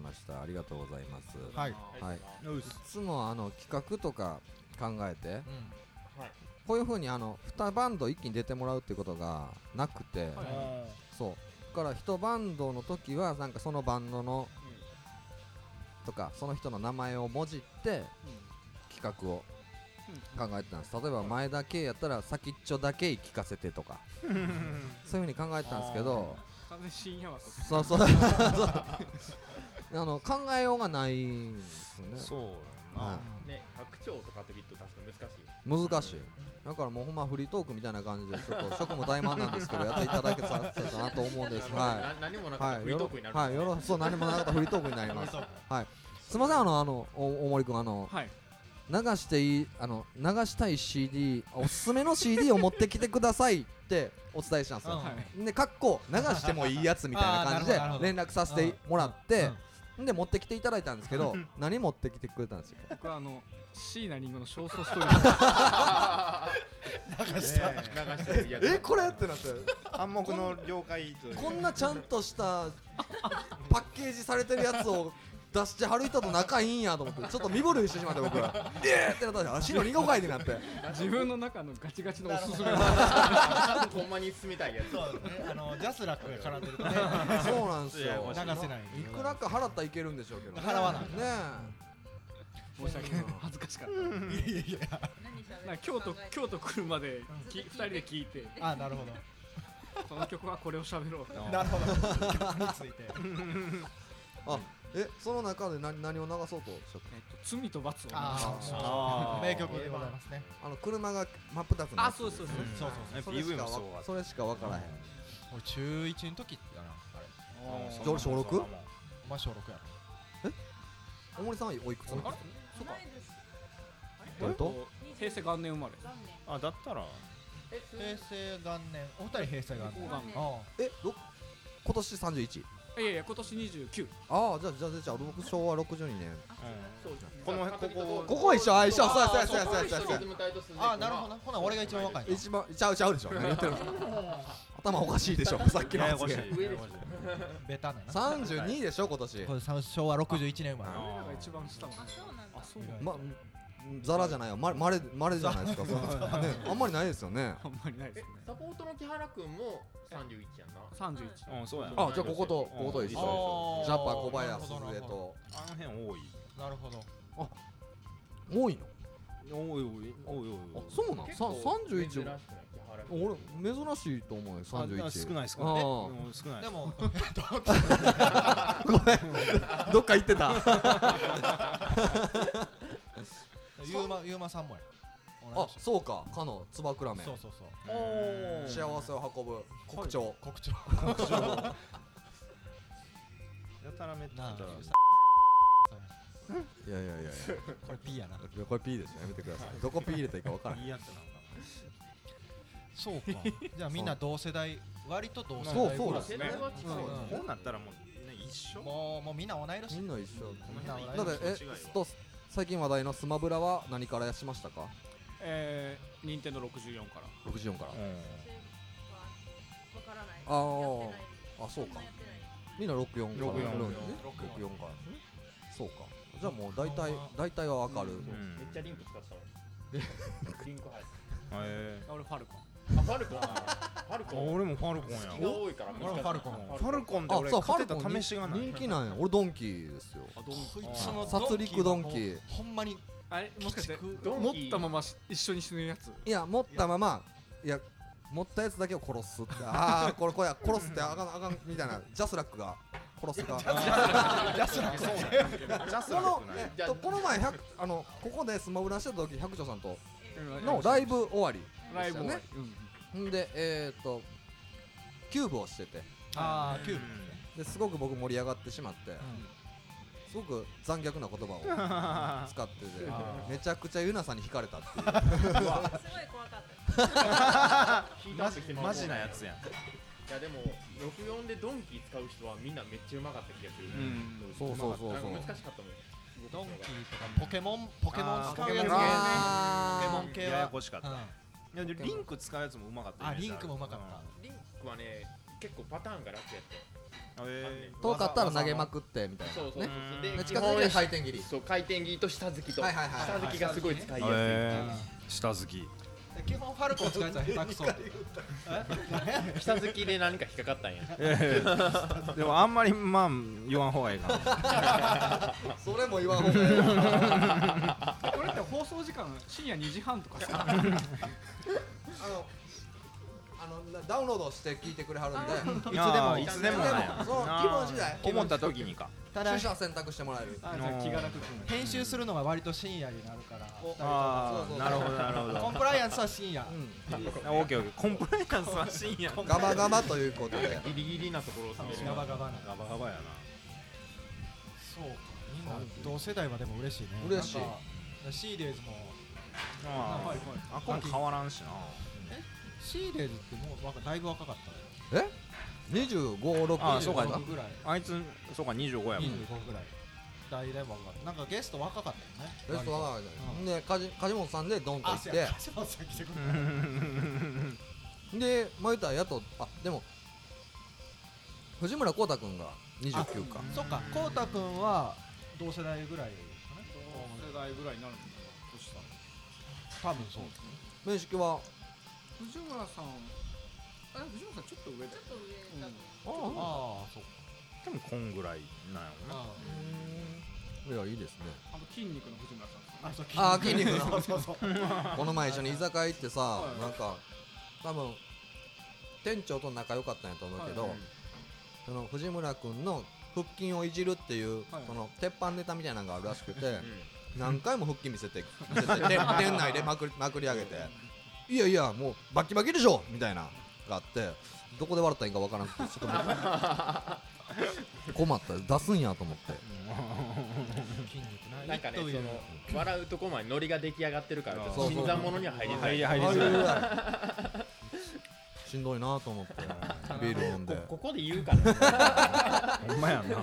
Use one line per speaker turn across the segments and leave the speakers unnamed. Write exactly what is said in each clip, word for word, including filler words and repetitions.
ました。ありがとうございます。
はい
はい。いつもあの企画とか考えて、
うん、
こういう風にあのにバンド一気に出てもらうっていうことがなくて、はい、そうだからいちバンドの時はなんかそのバンドの、うん、とかその人の名前をもじって、うん、企画を考えてたんです。例えば前田圭やったら先っちょだけ聞かせてとかそういう風に考えてたんですけど、そうそうそうあの考えようがないんですよね。
そうな、
はい、
ね、白鳥とかってビット確か難し
い難しい、だからもうほんまフリートークみたいな感じでちょっと職務怠慢なんですけどやっていただけたらなと思うんです。はい、
何もなかったフリートークになる、
はい、よろそう何もなかったフリートークになりますはい、すみません、あのあの大森君あの、はい、流していいあの流したい シーディー おすすめの シーディー を持ってきてくださいってお伝えしたんですよ、はい、でかっこ流してもいいやつみたいな感じで連絡させてもらってで持ってきていただいたんですけど何持ってきてくれたんですよ。
僕はあの椎名林檎のショートストーリー
流した流
したえこれってなって
暗黙の了解と
こんなちゃんとしたパッケージされてるやつを出してはる人と仲いいんやと思ってちょっと身震いしてしまって僕らえーってなったんですよ。足のリンゴ会になって
自分の中のガチガチのおすすめの
ほんまに進めたいやつ。
そうですね、あのジャスラックが絡んでるとね
そうなんですよ、
流せない
いくらか払ったらいけるんでしょうけど、ね、
払わないね
申し訳ない恥ずかしかった。いやいやいや京都京都来るまできふたりで聞いて、
あなるほど
この曲はこれを喋ろう
なるほど曲について
あえその中で何何を流そうとおっしゃった？
えっと罪と罰を流
しま名曲でございますね。
あの車が真っ二つになってる。
あそうそうそう
そうそう
それしかそれしか分からへん。
俺中一の時やなあれ。
じゃあ俺小六？
お前小六や
ろ。え？大森さんはおいくつ？あれ？そうか。
どれと？平成元年生まれ。
あだったら
平成元年お二人平成元年。
え今年さんじゅういち？
いやいや今年にじゅうきゅう。
ああじゃあじゃあじゃあ僕昭和ろくじゅうにねん。
このここ
ここ一緒あ一緒そうそうそうそうそうそう。
あなるほどほな俺が一番若い。
一番ちゃうちゃうでしょ。何言ってるんですか。頭おかしいでしょさっきの発言。
ベタな。
さんじゅうにでしょ今年。
これ昭和ろくじゅういちねん生まれ。
俺らが一番下も。あそうなんだ。
まザラじゃないよ、まれまれじゃないですか。あんまりないですよね。
あんまりないですね。
サポートの木原くんもさんじゅういちやんな。
さんじゅういち。
うんそうや。
あじゃあこことここと一緒。ジャパ小林鈴江と。
あの辺多い。
なるほど。
あ多いの？
多い多い多い多い。
あそうなん。さんじゅういち。俺珍しいと思うよさんじゅういち。
少ない少ない。少ない。
でも
ごめんどっか行ってた。
ゆうまゆうまさんもや。
あそうかかのつばくらめ。
そうそうそう。
幸せを運ぶ国鳥
国鳥国鳥。や
たらめったら。
いやいやいやいや
これ P やな。
これ P ですよやめてください。どこ P 入れたらいいか分からない。
いいやつなんか。
そうか。じゃあみんな同世代割と同世代。
そうそうですね。
こうなったらもう一緒。
もうもうみんな同い年。
みんな一緒。
みんな同い
年。だってえと最近話題のスマブラは何からしましたか？
えー、任天堂ろくじゅうよんから。
ろくじゅうよんから。
わからない。
ああ、あそうか。みんなろくじゅうよんから。
ろくじゅうよん。
ろくじゅうよんから。そうか。じゃあもう大体大体はわかる。
めっちゃリンク使ったわ。リンク入る。
へえ。
俺ファルコン。
あファルコン。ファルコン。
俺もファルコンや。
人多いから。
俺もファルコン。
ファルコンで俺勝てた試しがない。
人気なんや。俺ドンキーですよ。
あドンキ。
こいつの
殺戮ドンキー。
ほんまに
あれもしかして持ったまま一緒に死ぬやつ？
いや持ったままいや持ったやつだけを殺すって。ああこれこれ殺すってあかんあかんみたいなジャスラックが殺すか。
ジャスラックそうね。
ジャスラックね。
えっとこの前あのここでスマブラしてた時百姓さんとのライブ終わりでしたよね。んでえっとキューブをしてて。
ああキュー
ブですごく僕盛り上がってしまって。すごく残虐な言葉を使っててめちゃくちゃユナさんに惹かれたっていう。
すごい怖かった。
マジなやつやん。
いやでもろくじゅうよんでドンキー使う人はみんなめっちゃうまかった気がする。
そうそうそうそう。
難しかったもん。
ドンキーとかポケモンポケモン使うやつね。ポケモン系は
ややこしかった。いやリンク使うやつもうまかった。
あリンクもうまかった。
リンクはね結構パターンが楽やって
え
遠かったら投げまくってみたいな
そうそうそう
うん
で基
で近づいて
本
回転切り
そう回転切りと下突きと
はいはいはい
下突きがすごい使いやすい、
え下好き
基本ファルコン使うやつは下手くそ
下突きで何か引っかかったんや
でもあんまりまあ言わん方がいいかな
それも言わんほうがいいわ
これって放送時間深夜にじはんとかさ
あのあのダウンロードして聞いてくれはるんで
いやいつでもなんや
その気分次第
思った時にか
ただ
取捨選択してもらえる
あじゃあ気が楽くん
編集するのが割と深夜になるからふたりとも
ああなるほどなるほど
コンプライアンスは深夜
うん
オッケーオッケーコンプライアンスは深夜
ガバガバということで
ギリギリなところを滑る
ガバガバな
ガバガバやな
そうかみんな同世代はでも嬉しいね
嬉しい
なんかシーデーズも
あ
はいはい
あこれ変わらんしな
シーデーズってもう若だいぶ若かったね
えにじゅうご、ろく
あそうか
にじゅうごぐらい
あいつそうかにじゅうごやもん
にじゅうごぐらいだいだいぶ若かったなんかゲスト若かったよね
レストラン
うん
で梶梶本さんでドンと行
あ
って
橋本さん来てくれ
でまあ言ったらやっとあでも藤村浩太君がにじゅうきゅうか
そっかこうたくんは同世代ぐらいかな
世代ぐらいになるのかな年下
多分そう
面識は
藤村さんあ藤村さんちょっと上だよ
ちょっと上だと
あ
ああそうか
多分こんぐらいなんやろな
あ
いやいいですね
あと筋肉の藤村さん
あそう
あー筋肉の
そうそうそう
この前一緒に居酒屋行ってさ
はい
なんか多分店長と仲良かったんやと思うけど、
はい
その藤村君の腹筋をいじるっていう、
はい
その鉄板ネタみたいなのがあるらしくて、
うん
何回も腹筋見せて見せて店店内でまくりまくり上げていやいやもうバキバキでしょみたいなのがあってどこで笑ったらいいかわからなくてちょっともう困った出すんやと思って
筋肉
なんかね
一頭いる
その笑うとこまでノリが出来上がってるから
そう
そう
新参者には入りづらい
入りづらい
しんどいなと思ってビール飲んで
こここで言うから
ほんまやな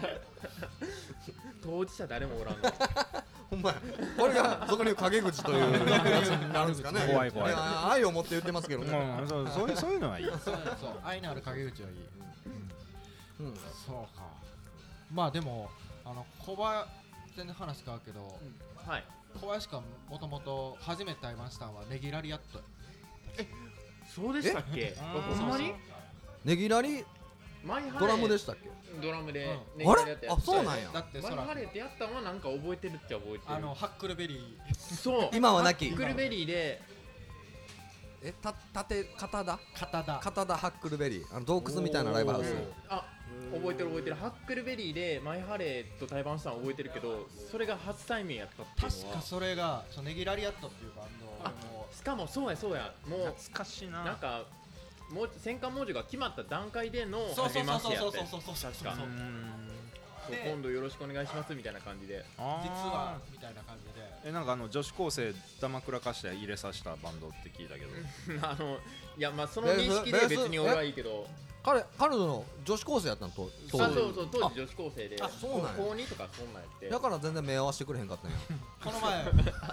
当事者誰もおらんの
ほんまやこれがそこに言う陰口というやつになるんですかね
怖い怖い
や愛を持って言ってますけどね、
うんそうそういうそういうのはいい
そうそう愛のある陰口はいい
うん
そうかまあでもあの小林全然話変わるけど
はい
小林君もともと初めて対バンしたのはネギラリアット
そうでしたっけほんまに
ねぎらり
マイハレー
ドラムでしたっけ
ドラムで
うん
ネギ
あれ
ラリやってやって
あそうなんや
だってそら
マイハレーってやったのはなんか覚えてるっちゃ覚えてる
あのハックルベリー
そう
今はなき
ハックルベリーで
えた縦肩だ
肩だ
肩だハックルベリーあの洞窟みたいなライブハウス
あ覚えてる覚えてるハックルベリーでマイハレーと対バンしたの覚えてるけどそれが初対面やったっていうのは
確かそれがそのネギラリアットっていうバンドの
しかもそうやそうやもう
懐かしいな
なんかもう戦艦文字が決まった段階での
そうそう
励ましやって
そうそうそうそうそうそう
確か
そう
そう
で
今度よろしくお願いしますみたいな感じで
実はみたいな感じで
えなんかあの女子高生ダマくらかして入れさせたバンドって聞いたけど
あのいやまあその認識で別に俺はいいけど
彼彼女の女子高生やったのと当時
あそうそう当時女子高生で
あそうなんや
高にとかそんなんやって
だから全然目合わせてくれへんかったんや
この前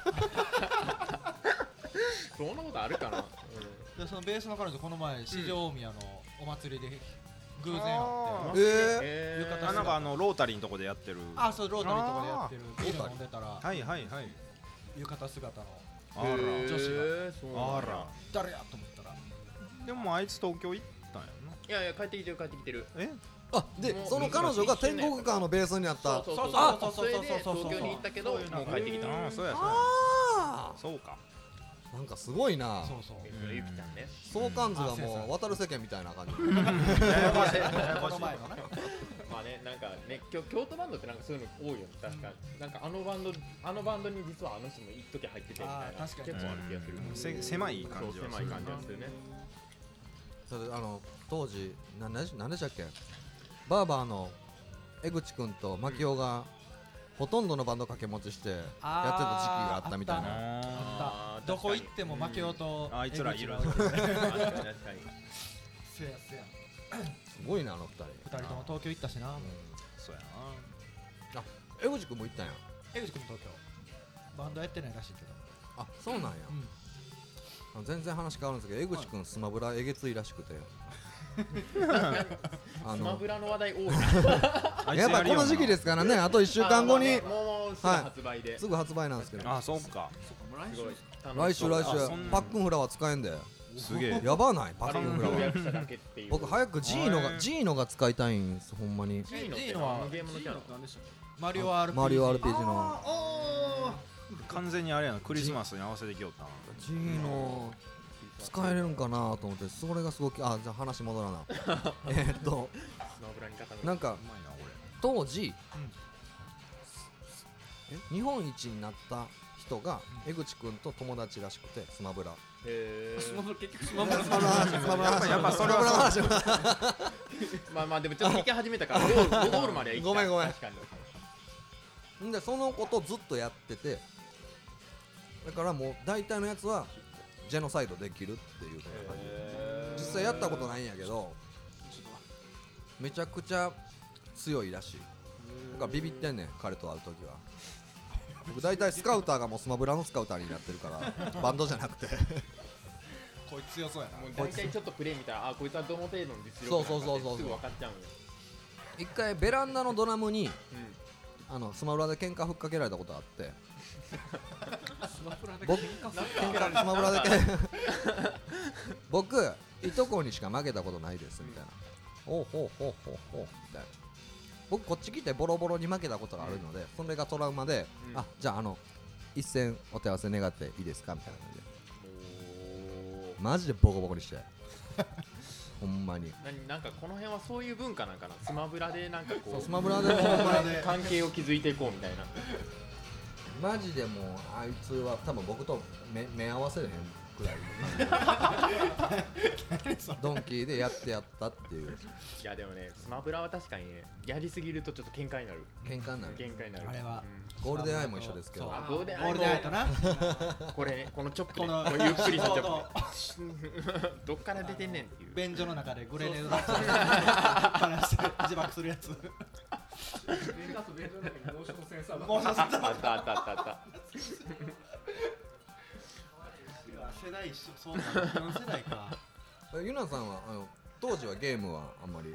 そんなことあるかな、
でそのベースの彼女この前四条大宮のお祭りで偶然会って
あ
えー
え
浴衣
あなんかあのロータリーのとこでやってる
あそうロータリーとかでやってる
あー
ビール飲んでたら
はいはいはい
浴衣姿の
あら
女子が
そうなんや
あら
誰やと思ったら
でもあいつ東京行ったんやない
やいや帰ってきてる帰ってきてる
え
あでその彼女が天国カーのベースになった
そうそうそう
あ
そうそれで
そうそうそうそう
東京に行ったけどもう帰ってきた
ああそうやそうや
あ
そうか
ーなんかすごいな
そうそう
ゆきちゃんね
相関図がもう渡る世間みたいな感じ
この前のね
まあねなんかね京京都バンドってなんかそういうの多いよね確かなんかあのバンドあのバンドに実はあの人も一時入っててみたいな
あー確かに
結構ある気がする
せ狭い感じはする
そう狭い感じがするね
それあの当時な何で何でしたっけバーバーの江口くんと牧雄がほとんどのバンド掛け持ちしてやってた時期があったみたいな
あ
あー
ったどこ行っても負けようと
あいつらいる
江口が
確かに確かに
せやせや
すごいなあの二人
二人とも東京行ったしな
そうや
江口くんも行ったんや
江口君東京バンドやってないらしいけど
あそうなんや、
うん
あの全然話変わるんですけど江口くんスマブラえげついらしくてあ
スマ
の
ブラの話題多いな
やっぱこの時期ですからね、あといっしゅうかんごに
あまあもうすぐ発売で、
すぐ発売なんですけど、
あそうか
すごい
来週来週
あそんな
パックンフラワー使えんで、
すげえ
やばないパッ
あれ
クンフラワー。
を予約しただけっていう
僕早くジーノが
へー
ジーノが使いたいんですほんまに。
ジーノって
ジーノは
あのゲームのキャラ
マリオ アールピージー。
マリオ アールピージー の
あ
完全にあれやなクリスマスに合わせてきよったな
ジーノ使えれるんかなと思って、それがすごく、あじゃあ話戻らなえーっと
スマブラに勝た
なんか
うまいなこ
当時、え日本一になった人が江口くんと友達らしくて、スマブラ
へ
スマ
ー
ブラ結局スマブラ
スマブラ話スマブラ話
やっぱそれは
スマブラ話
まあまあでもちょっと行き始めたからゴールゴールまでは行きたい。
ごめんごめん
確かに
んでその子とずっとやってて、だからもう大体のやつはジェノサイドできるっていう感じ。実際やったことないんやけどめちゃくちゃ強いらしい。だからビビってんねん彼と会うときは。僕大体スカウターがもうスマブラのスカウターになってるからバンドじゃなくて
こいつ強そうやな。
もう大体ちょっとプレイ見たら、あこいつはどの程度の実
そう
力
そうそうそう
すぐ分かっちゃうんよ。
一回ベランダのドラムに
うん
あのスマブラで喧嘩ふっかけられたことあって、
スマブラで
僕
喧嘩する
喧嘩スマブラで喧僕いとこにしか負けたことないですみたいな、おうほうほうほうほうみたいな。僕こっち来てボロボロに負けたことがあるので、それがトラウマで、
うん
あじゃああの一戦お手合わせ願っていいですかみたいな感じで
お
マジでボコボコにしてほんまに
ーななんかこの辺はそういう文化なんかな。スマブラでなんかこう
そうスマブラでもほんまに
関係を築いていこうみたいな。
マジでもうあいつは多分僕と目目合わせれへんくらいドンキーでやってやったっていう
いやでもね、スマブラは確かにね、やりすぎるとちょっと喧嘩になる。
喧嘩になる。
喧嘩になる。
あれは
ゴールデンアイも一緒ですけど
そう
あゴールデン
ゴールデンアイとな。
うんこれね、このチョックね、
この
こうゆっくりしたチョ
ちょう
ックどっから出てんねんっていう。
便所の中でグレネードラップを話して自爆するやつ。
ベンダーとベンダーの中にモーションセンサーが
もう
あったあったあったあったあった。
世代一緒、そうか、何世代か。
えゆなさんはあの当時はゲームはあんまり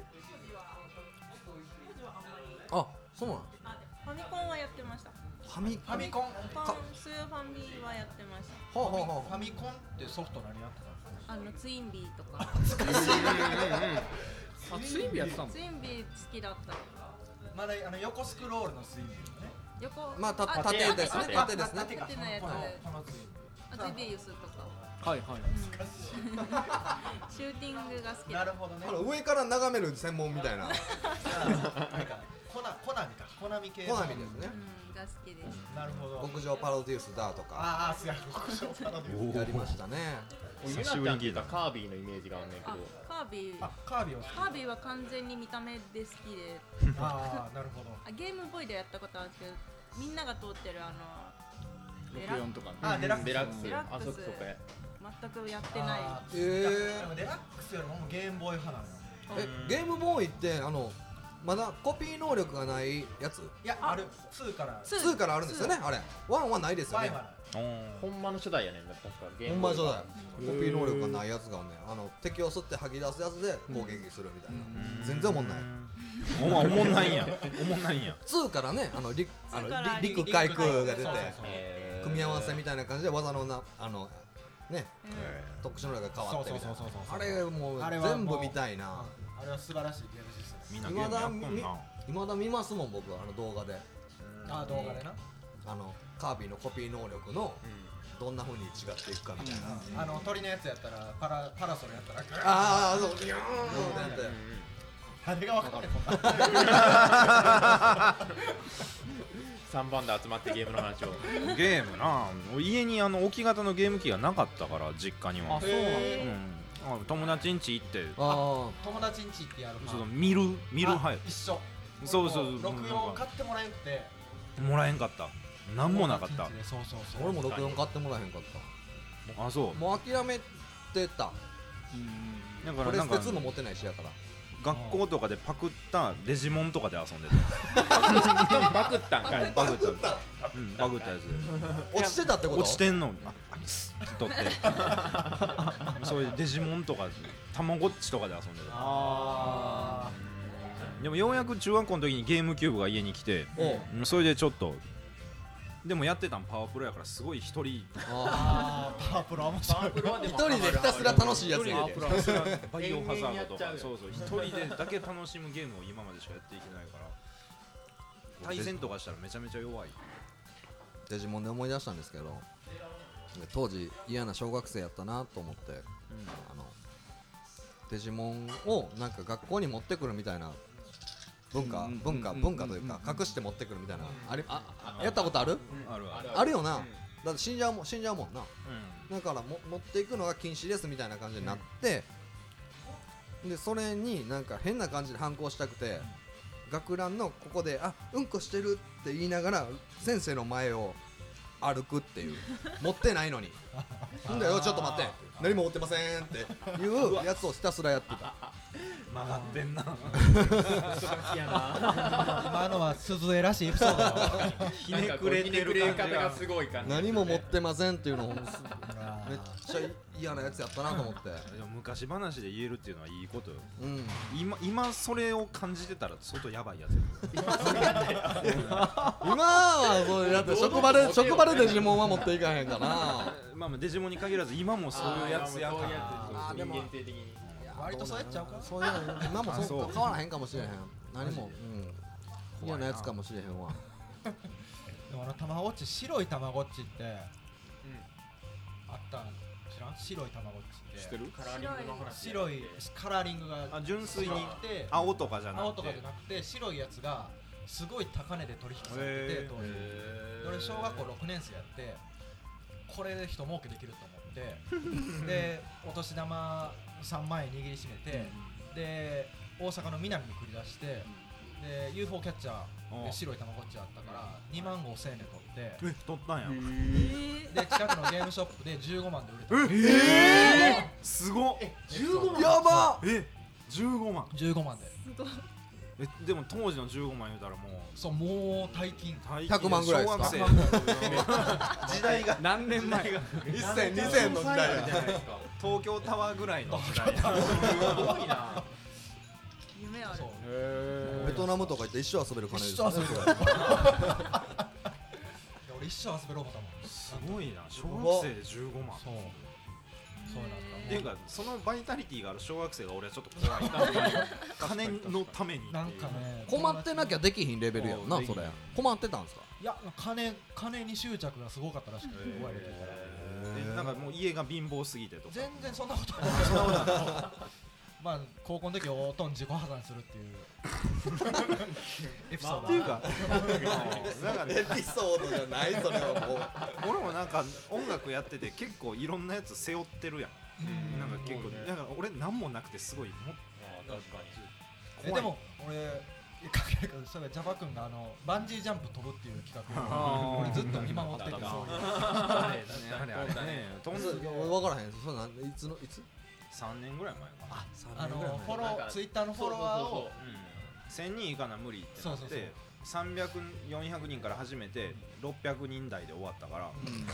あそうなん
ファミコンはやってました。
ファミ
ファミコン、
ファンスーファミはやってました。
ほうほうほう
ファミコンってソフト何やってたの？
あのツインビーとか。
あツインビーやってたの
ツインビー好きだった。
まだあの横スクロールのスイングね。
横
まあた
あ
縦ですね
縦
縦ですね
縦か
縦のやつ
このこのツイング。
あゼビウスとか。
はいはい
シューティングが好きだった。
なるほどね。
あの上から眺める専門みたいな
なんかコナコナミか、コナミ系の。
コナミですね
うんが好きです。
なるほど。
極上パロデュースだとか
ああ、すや、極上パロディー。
やりましたね
ユナちゃんって言ったらカービィのイメージがあんねんけ
あ
ど。
カービィ。
あ、カービィを。
カービィは完全に見た目で好きで、
ああ、なるほど。
あゲームボーイでやったことあるんですけど、みんなが通ってるあの
ろくじゅうよんとかね
あ、デラックス。
デラックス。
デラックス
あそこそこや。
全くやってない。
あー
え
でもデラックスよりもゲームボーイ派なのよ。
えゲームボーイってあのまだコピー能力がないやつ
いや、ある。ツーから。
ツ
ツーからあるんですよねあれワンはないですよね
ワイは
ほんまの初代やねんだ確か。ゲー
ほ
ムボーイは
んまじゃないコピー能力がないやつがねあの敵を吸って吐き出すやつで攻撃するみたいな全然おもんない
お前おもんないんやおもんないんや
ツーからねあの陸あの
ツーから
り陸海空が出て
そうそうそう
えー
組み合わせみたいな感じで技のなあのね
うん
特殊能力が変わってみたいな
そうそうそうそう
あれもう
あれはもう
全部見たいな
あれは素晴らしいゲームシステ
みんなゲームやっとんな
未だ見ますもん僕はあの動画で
ム。あ、動画でな。
あのカービィのコピー能力のどんな風に違っていくかみたいな
あの鳥のやつやったらパラパラソルやったら
ああそうビューンってやって
あれが分かる
三番で集まってゲームの話を。
ゲームな家にあの置き型のゲーム機がなかったから実家には
あそうなんだ
うんあ友達ん家行って
あ
友達ん家ってやる
その見る見る派や
一緒
そうそうそう
録音買ってもらえんくて
もらえんかったなんもなかった
友達ん家でそうそう
あ
そう
俺もろくじゅうよん買ってもらえへんかった
あそう
もう諦めてた
だか
プレステ
らなんか
ツーも持ってないしやから
学校とかでパクったデジモンとかで遊んで
バクったんかい。
たパクったうんバグったやつ
落ちてたってこと？
落ちてんのあ取ってそういうデジモンとかたまごっちとかで遊んでる。
あ
でもようやく中学校の時にゲームキューブが家に来て、うんそれでちょっとでもやってたんパワープロやからすごい一人
あーパワープロ面白い。
一人でひたすら楽しいやつや
一人でひたすらバイオハザードとか
延々やっちゃうよ
そうそう一人でだけ楽しむゲームを今までしかやっていけないから対戦とかしたらめちゃめちゃ弱い。
デジモンで思い出したんですけど、当時嫌な小学生やったなと思って、あのデジモンをなんか学校に持ってくるみたいな文化文化文化というか隠して持ってくるみたいなあれあやったことある？
あるある
あるよな。だって死んじゃうもん死んじゃうもんな。
う
だからも持っていくのが禁止ですみたいな感じになって、でそれになんか変な感じで反抗したくて、学ランのここであうんこしてるって言いながら先生の前を歩くっていう持ってないのにんだよちょっと待って何も持ってませんっていうやつをひたすらやってた。
曲がってんな
今のは鈴江らしいエピソードだ。
ひねくれてる感じが
方がすごい感じ。
何も持ってませんっていうのをめっ
あー
ちゃ嫌なやつやったなと思って。
でも昔話で言えるっていうのはいいことよ。
うん
今今それを感じてたら相当やばいやつや
今はそうだって職場で職場でデジモンは持っていかへんかな。
まあまあデジモンに限らず今もそういうやつやから
あーでも
人間性的に。
割とそうやっちゃうか。
そういうの今も
そ
そうう変わらへんかもしれへん。何も、うん、嫌なやつかもしれへんわ。
でもあのたまごっち白いたまごっちってあったん知らん？白いたまごっちって
知ってる？
カラーリングの話。
白いカラーリングが
あ純粋に
白くて
青とかじゃなくて
青とかじゃなくて白いやつがすごい高値で取引されてて
へー
当時で俺小学校ろくねん生やってこれで人儲けできると思ってでお年玉さんまんえん握りしめてで大阪の南に繰り出してで ユーフォー キャッチャーで白いたまごっちあったからにまんごせんえんで取って
え取ったんや
で近くのゲームショップでじゅうごまんで売れた
えーすごっ
じゅうごまん。
やば
えじゅうごまん
じゅうごまんで
えでも当時のじゅうごまん言うたらもう
そうもう大金
大金
ひゃくまんぐらいですか
小学生
時代が
何年前
一千二千の時代や。
東京タワーぐらいの時代
すごいな。
夢ある
そう
ベトナムとか行って一生遊べる金です
一生遊べる俺一生遊べろ思ったもん
すごいな小学生でじゅうごまん
そうそうなった
っていうかそのバイタリティがある小学生が俺はちょっと怖い金のためにっていう
なんかね
困ってなきゃできひんレベルやんな
できひん
それ。困ってたんすか？
いや金金に執着がすごかったらしくて
えー
言われてたから
えなんかもう家が貧乏すぎてとか
全然そんなことないまあ高校の時おとん自己破産するっていうエピソード
っていうかなんかね
エピソードじゃないそれはもう。
俺もなんか音楽やってて結構いろんなやつ背負ってるやん
うん
なんか結構だから俺なんもなくてすごいも
確か
えでも俺関係ないけどそういえばジャパ君があのバンジージャンプ飛ぶっていう企画を俺ずっと見守っててそういう
あれあれあれね飛んで
分からへん。それなんいつのいつ？
さんねんぐらい前かな
あのフォロ
なんか
ーツイッターのフォロワーを
せんにんいかな無理ってなっ
そうそうそう
てさんびゃく、よんひゃくにんから始めてろっぴゃくにん台で終わったから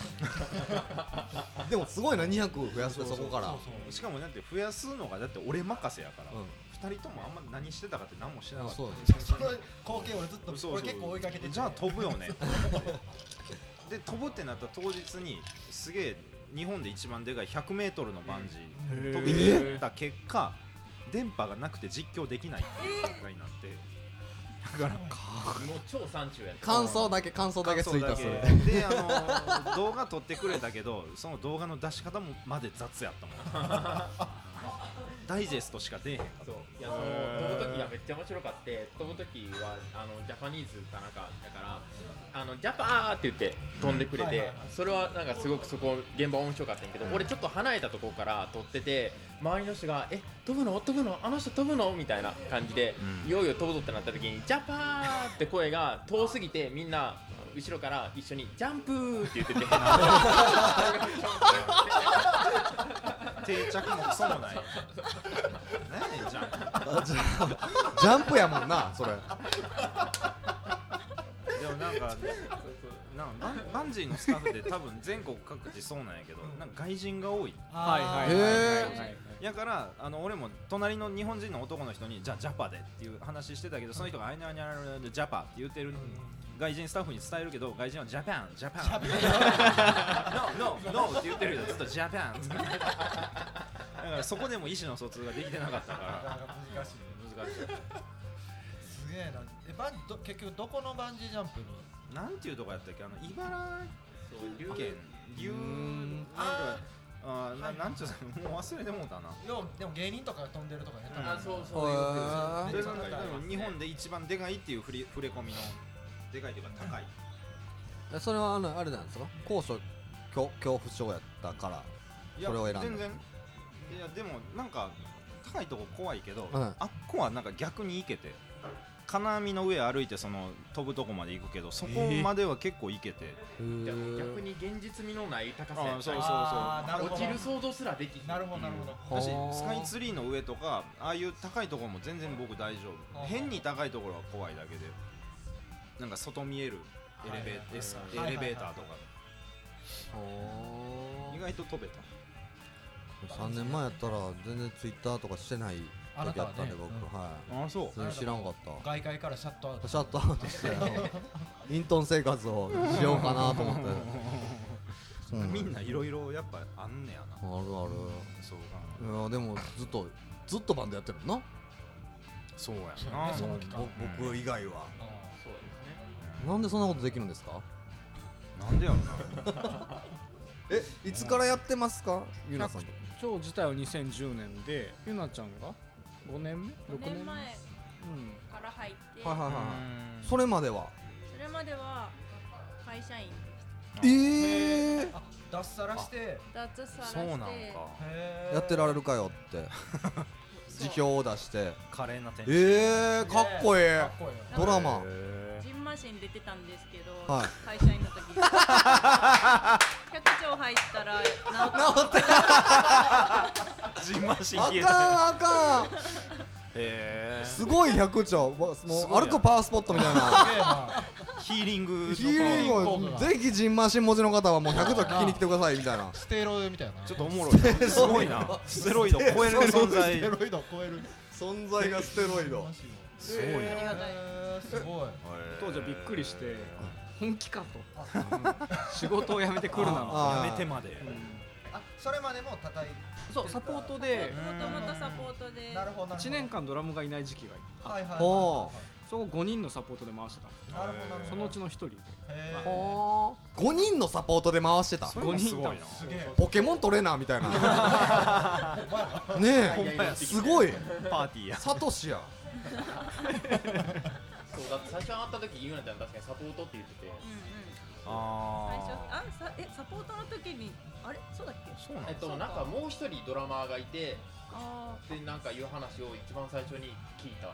でもすごいなにひゃく増やしてそこから。
そうそう
しかもだって増やすのがだって俺任せやから
うん
ふたりともあんま何してたかって何もしてなかった
そう
その光景俺ずっと
そうそう
俺結構追いかけてて
じゃあ飛ぶよねで飛ぶってなった当日にすげえ日本で一番でかいひゃくメートルのバンジー飛びに行った結果電波がなくて実況できないっていう状態になってだから
もう超山中やった。
感想だけ感想だけツイートする。
であの動画撮ってくれたけどその動画の出し方もまで雑やったもんダイジェストしか出えへんかった
そういやその飛ぶ時がめっちゃ面白かって飛ぶ時はあのジャパニーズかなんかだからあのジャパーって言って飛んでくれて、
はいはいはい
それはなんかすごくそこ現場面白かったんやけど、俺ちょっと離れたところから撮ってて周りの人がえ飛ぶの飛ぶのあの人飛ぶのみたいな感じで、
うん
いよいよ飛ぶぞってなった時にジャパーって声が遠すぎてみんな後ろから一緒にジャンプーって言ってて
定着もクソもない何やねんじゃん
ジャンプジャンプやもんなそれ。
でもなんかなんバンバンジーのスタッフって多分全国各地そうなんやけど、なんか外人が多い。
はいはいはい
へ
はい
やからあの俺も隣の日本人の男の人にじゃあジャパでっていう話してたけど、その人があいにゃにゃにゃジャパって言ってる外人スタッフに伝えるけど、外人はジャパンジャパンノーノーノーって言ってるけどずっとジャパンってだからそこでも意思の疎通ができてなかったから
難しい
難しい。
すげえな。えバンど結局どこのバンジージャンプに
なんていうとこやったっけ、あの茨
そう
城県龍
あ
あーななんちゅうのもう忘れてもうたな。
ようでも芸人とかが飛んでるとかね、多分
あそうそう
へ
よ
ー
で
でその中
日本で一番でかいっていう触れ触れ込みのでかいというか高い。
えそれはあのあれなんですか、高所恐恐怖症やったから
いや
それを選んだ。
全然いやでもなんか高いとこ怖いけど、
はい
あっこはなんか逆に行けて金網の上歩いてその飛ぶとこまで行くけど、そこまでは結構行けて、
じゃあもう逆
に
に現実味のない高さやった
あそうそうそう
あーなるほど
落ちる想像すらできひん
なるほどなるほど、
だしスカイツリーの上とかああいう高いところも全然僕大丈夫。
あー
変に高いところは怖いだけで、なんか外見えるエレベーター、エス
はいはいはい
エレベーターとか意外と飛べた。
さんねんまえやったら全然ツイッターとかしてない
あなたはね
時あったんで僕、
うん
はい
ああそう
全然知らんかった。
外界からシャットアウト
シャットアウトしてあのイントン生活をしようかなと思って、うん
みんないろいろやっぱあんねやな。
あるある。
そうか
いやでもずっとずっとバンドやってるのな、
そうや
そう
な
ねその期間
ぼ僕以外は。
あ
そうですね
なんでそんなことできるんですか。
なんでやろな。
えいつからやってますか、ゆなさんと。
長自体はにせんじゅうねんで、ゆなちゃんがごねんめろく
5
ねんめ
年前
うん
から入って、
はいはいはいはい。
うん
それまでは
それまでは会社員
ええ
あ脱サラして
脱サラして
そうなんか
へー
やってられるかよって辞表を出して、
華麗な天使。
ええかっこええ
かっこいいよ
ドラマ。
へ
ジンマシン出てたんですけど、
はい
会社員の時ひゃくちょう入ったら治って
ージンマシン
あ
消えた。
かんあかん
へー
すごいひゃくちょうもう
すごいな
歩くパワースポットみたいな
すげえな
ヒーリングの
ヒーリング
効果が
をぜひジンマシン持ちの方はもうひゃくちょう聞きに来てくださいみたいな。
ステロイドみたいな
ちょっとおもろいな。すごいな。ステロイド超える存在。
ステロイドを超える
存在がステロイド。
すごいな。
ありがたい
へーすごい
当時はびっくりして本気かと、仕事を辞めてくるなの。
あ
やめてまで。
あそれまでも叩いて
そうサポートで
もともとサポートで
なるほどなるほど
いちねんかんドラムがいない時期があって、
はいはいはい
ほ
そこごにんのサポートで回してたんですよ。
なるほどなるほど
そのうちのひとりで
へー
ほーごにんのサポートで回してた。
それもすごいな。
すげえ
ポケモントレーナーみたいなねえすごい
パーティーや。
サトシや。
そうだって最初会った時ゆなちゃん確かにサポートって言ってて
うんうん
あ
最初
あ。
あさえサポートの時にあれそうだっけ
そうなん
えっとなんかもう一人ドラマーがいて
あ
でなんかいう話を一番最初に聞いた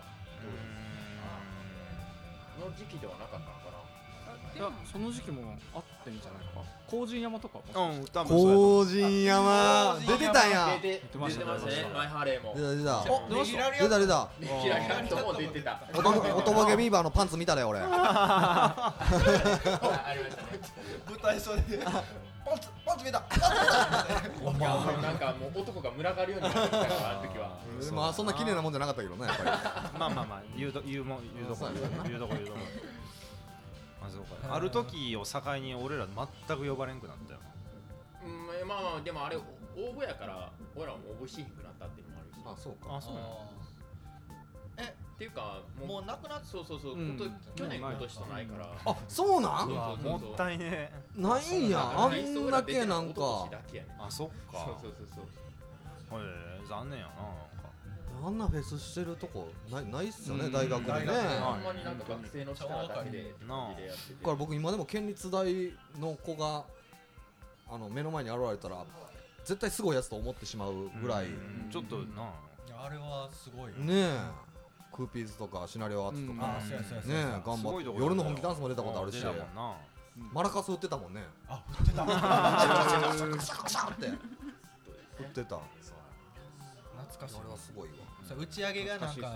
の時期ではなかったのかな。
ーあ
いや
でも
その時期もあってんじゃないか。荒神山とかも
うん、多分そう
荒神山出てたんや。
出て
てました
出てましたね。マイハーレーも
出た出た
おレギュラー
出た出た。
キラキラとも出てた。
おとぼおとぼけビーバーのパンツ見たで俺。
ありましたね。
舞台袖でパンツパンツ見えた
なんかもう男が群がるようになってきたからあの時は。
まあそんな綺麗なもんじゃなかったけどねやっぱり。
まあまあまあ言うと言うもん言うとこ言うとこ言うとこ。まあそうか。ある時を境に俺ら全く呼ばれんくなったよ。
うんまあまあでもあれ応募やから俺らも応募しひんくなったっていうのもあるし。
あそうか。
あそうなの。
っていうかもう
もうなくなっ
そうそうそう、
うん
こと去年今年とないから。
あそうな
そ
ん？
うそうそうそう
もったいね。
ないんや。あんだけなんか
男だけやね。
あそっか。
そうそうそうそう。
へえ残念やななんか。
あんなフェスしてるとこないないっすよね
うん
大学でね。
大学で
ほんまになんか学生の力だけで
なあ
でやってて。
だから僕今でも県立大の子があの目の前に現れたら絶対すごいやつと思ってしまうぐらいね
うんちょっとな。
いやあれはすごい
えクーピーズとかシナリオアーツと
うん
か
あそうやそうやそう
ね
や
え頑張って
すごいとこ
夜の本気ダンスも出たことあるし
出たもんな。
マラカス売ってたもんね
あ振ってた
カシャカシャカシャって売ってた
懐かしい
あれはすごいわ
そう打ち上げがなんか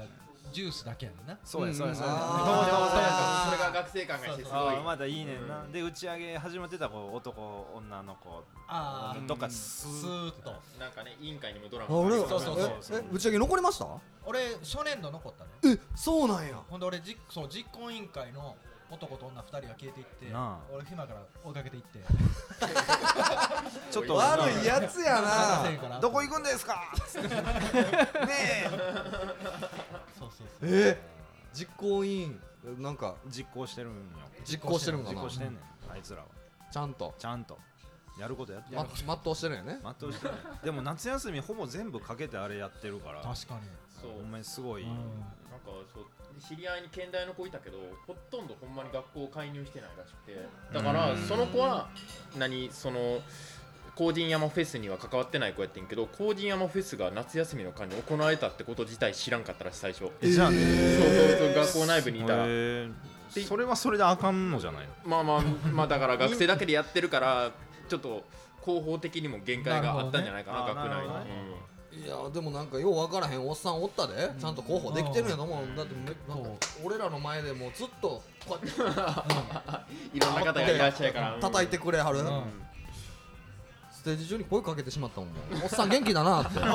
ジュースだけやねんな。
そうやそうやそうや、
うん
そう
それ
や
が学生感がしてすごい
あーまだいいねんな、で打ち上げ始まってた子男女の子
ああ
とかス
スーッと。
なんかね委員会にもドラ
あ俺
マ
そうそうそう
ええ打ち上げ残りました？
俺初年度残ったね。
えそうなんや。
ほんで俺じそう実行委員会の男と女ふたりが消えていって
なあ
俺暇から追いかけていって
ちょっと
悪いやつやな。
せんから
どこ行くんですかねえ
そうそうそう
え実行委員なんか
実行してるんよ
実行してるんかな。
実行してんねんあいつらは
ちゃんと
ちゃんとやることやってる
ま全うしてるんやね。
全うしてるでも夏休みほぼ全部かけてあれやってるから
確かに。
そう
ほんまにすごい、
うん
なんかそう知り合いに県大の子いたけどほとんどほんまに学校介入してないらしくてだから
うん
その子は何その高神山フェスには関わってない子やってんけど高神山フェスが夏休みの間に行われたってこと自体知らんかったらしい最初
えじゃあね
そうそうそう学校内部にいたら
へーそれはそれであかんのじゃないの
まあまあまあだから学生だけでやってるからちょっと広報的にも限界があったんじゃないかな
なるほどね
学内に
あーなるほどね
いやでもなんかよう分からへんおっさんおったで、ちゃんと候補できてるんやと思う、だってめなんか俺らの前でもうずっとこうやって
いろんな方がいらっしゃるから
叩いてくれはる、
うん
ステージ中に声かけてしまったもんおっさん元気だなって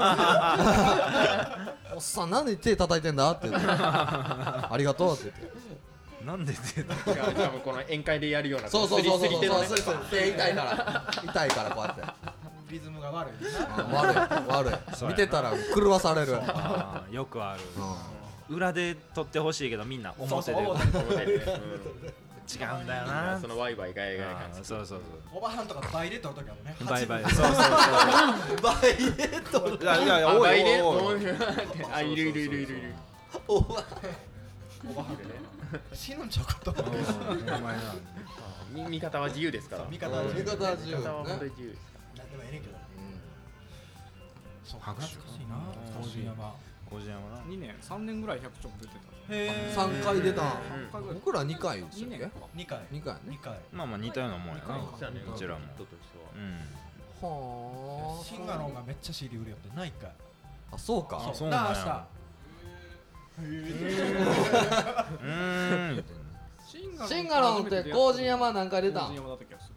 おっさんなんで手叩いてんだって言ってありがとうって言って
なんでって
違う多分この宴会でやるような
そうそうそうそうそう
スリスリ手のね
そうそう手痛いから痛いからこうやって
リズムが悪いな。
あ悪い悪い
そうやな
見てたら狂わされる、
あーよくある
う
裏で撮ってほしいけどみんな表で違
そう
表でね
うんだよ
うん
な
そのワイワイガヤガヤ
あ
感じ
ーそうそう
おばはんとか倍で撮るときはもうね。
そうバイバイ
八
そうそうそ
んバイエット
ういやいやいや
あ
おい
倍で
おいおい
あいるいるいるいるいる
おば
おばはんでね。死ぬんちゃうかと思う。
うんお前な
み味方は自由ですから
味方は
味方は自由
味方は本当
ね
に自由
なんでもええねんけど。そう
拍手
懐かしいな。
うん
高神山。
小島な
にねんさんねんぐらいひゃくちょっ出てた
へ
さんかい出たん
うん
回ぐらい
僕らにかいでしたっけ
にねんか
二回。
にかいね
二回。
まあまあ似たようなもんやな
そうやね
うちらも
人としては
うん
はあ
シンガロンがめっちゃ シーディー 売るよってないかい。
あそうか
そうなんや
なあ
うーん言ってんの
シンガ
シンガロンって高神山何回出たん
高神山だった気がする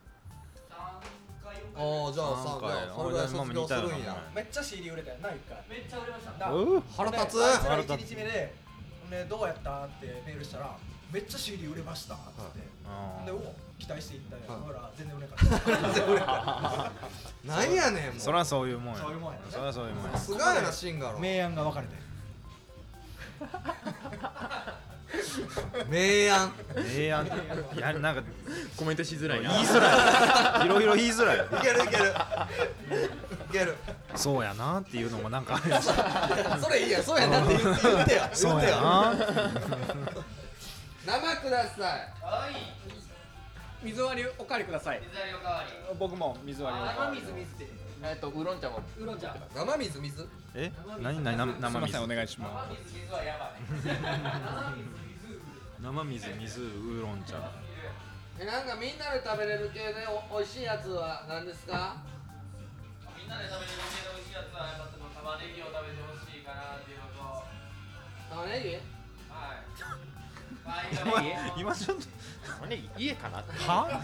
ああじゃあさじゃあそれぐらい卒業するんや
めっちゃ シーディー 売れたよないかい。めっちゃ売れました。
う
腹立つ
腹立つ。一日目で、ねどうやったってメールしたら、めっちゃ シーディー 売れましたって言って。
あ
で、お期待していったよ。
はい
ほら全然売れなかった。
なんやねんもう
ーそりゃそういうもんや
そういうもんやね
そりゃそういうもんや
さすがやなシンガロン
明暗が分かれて。
明暗
ええやんいやなんか
コメントしづらいな
言いづらいいろいろ言いづらい
いけるいけるいける
そうやなっていうのもなんかあれ
それいいやそうやなって言って言ってよ
そう
言ってよ
やな
生ください
水割りおかわりください僕も水割りおかわり
えっとウーロン茶も
生水水
え何何生生水
すいませんお願いします
生水水ウーロン茶
えなんかみんなで食べれる系でお美味しいやつは何ですか
みんなで食べれる系の美味しいやつはやっぱその玉ねぎを食べてほしいかなっていうのと、
玉ねぎ
はい。まあ、いいか
玉ねぎ
今ちょっと
玉ねぎ家かなって
はは
で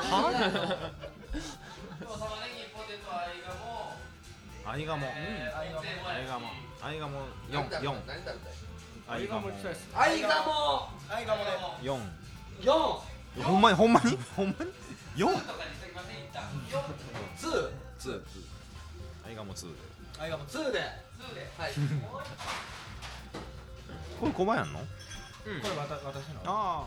も玉ねぎ、ポテト、あいがも、
あいがも
えー、
あいがもあいがも四
何食べたい
四
何食べたい
あいがも
あいがも
あいがもね。
四
よ
ほんまにほんまにほんまに四
とかにしときません、一旦。
んツー
ツーあいがもツーで
あいがも
ツーで
ツーで。
はい
これ小判やんの
これわた私の。
あ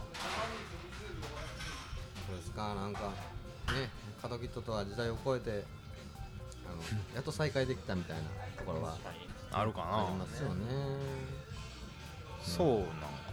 そうですかなんかねカトキットとは時代を超えてあのやっと再会できたみたいなところは
ああるか
あり
な
ますよね
そうなんか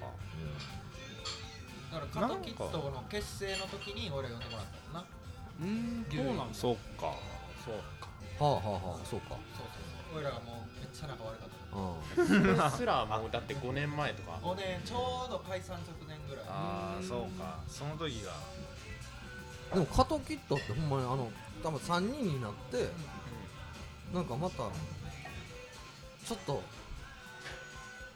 だからカトキットの結成の時に俺が呼んでもらったもんな。
うんそうなんです
そっか
そう
はあはあはあそうか
そうそうそう。俺らがもうめっちゃ仲悪かった。
うん
それすらもうだってごねんまえとか
ごねんちょうど解散直前ぐらい。
ああそうかその時が
でもカトキットってほんまにあの多分さんにんになってなんかまたちょっと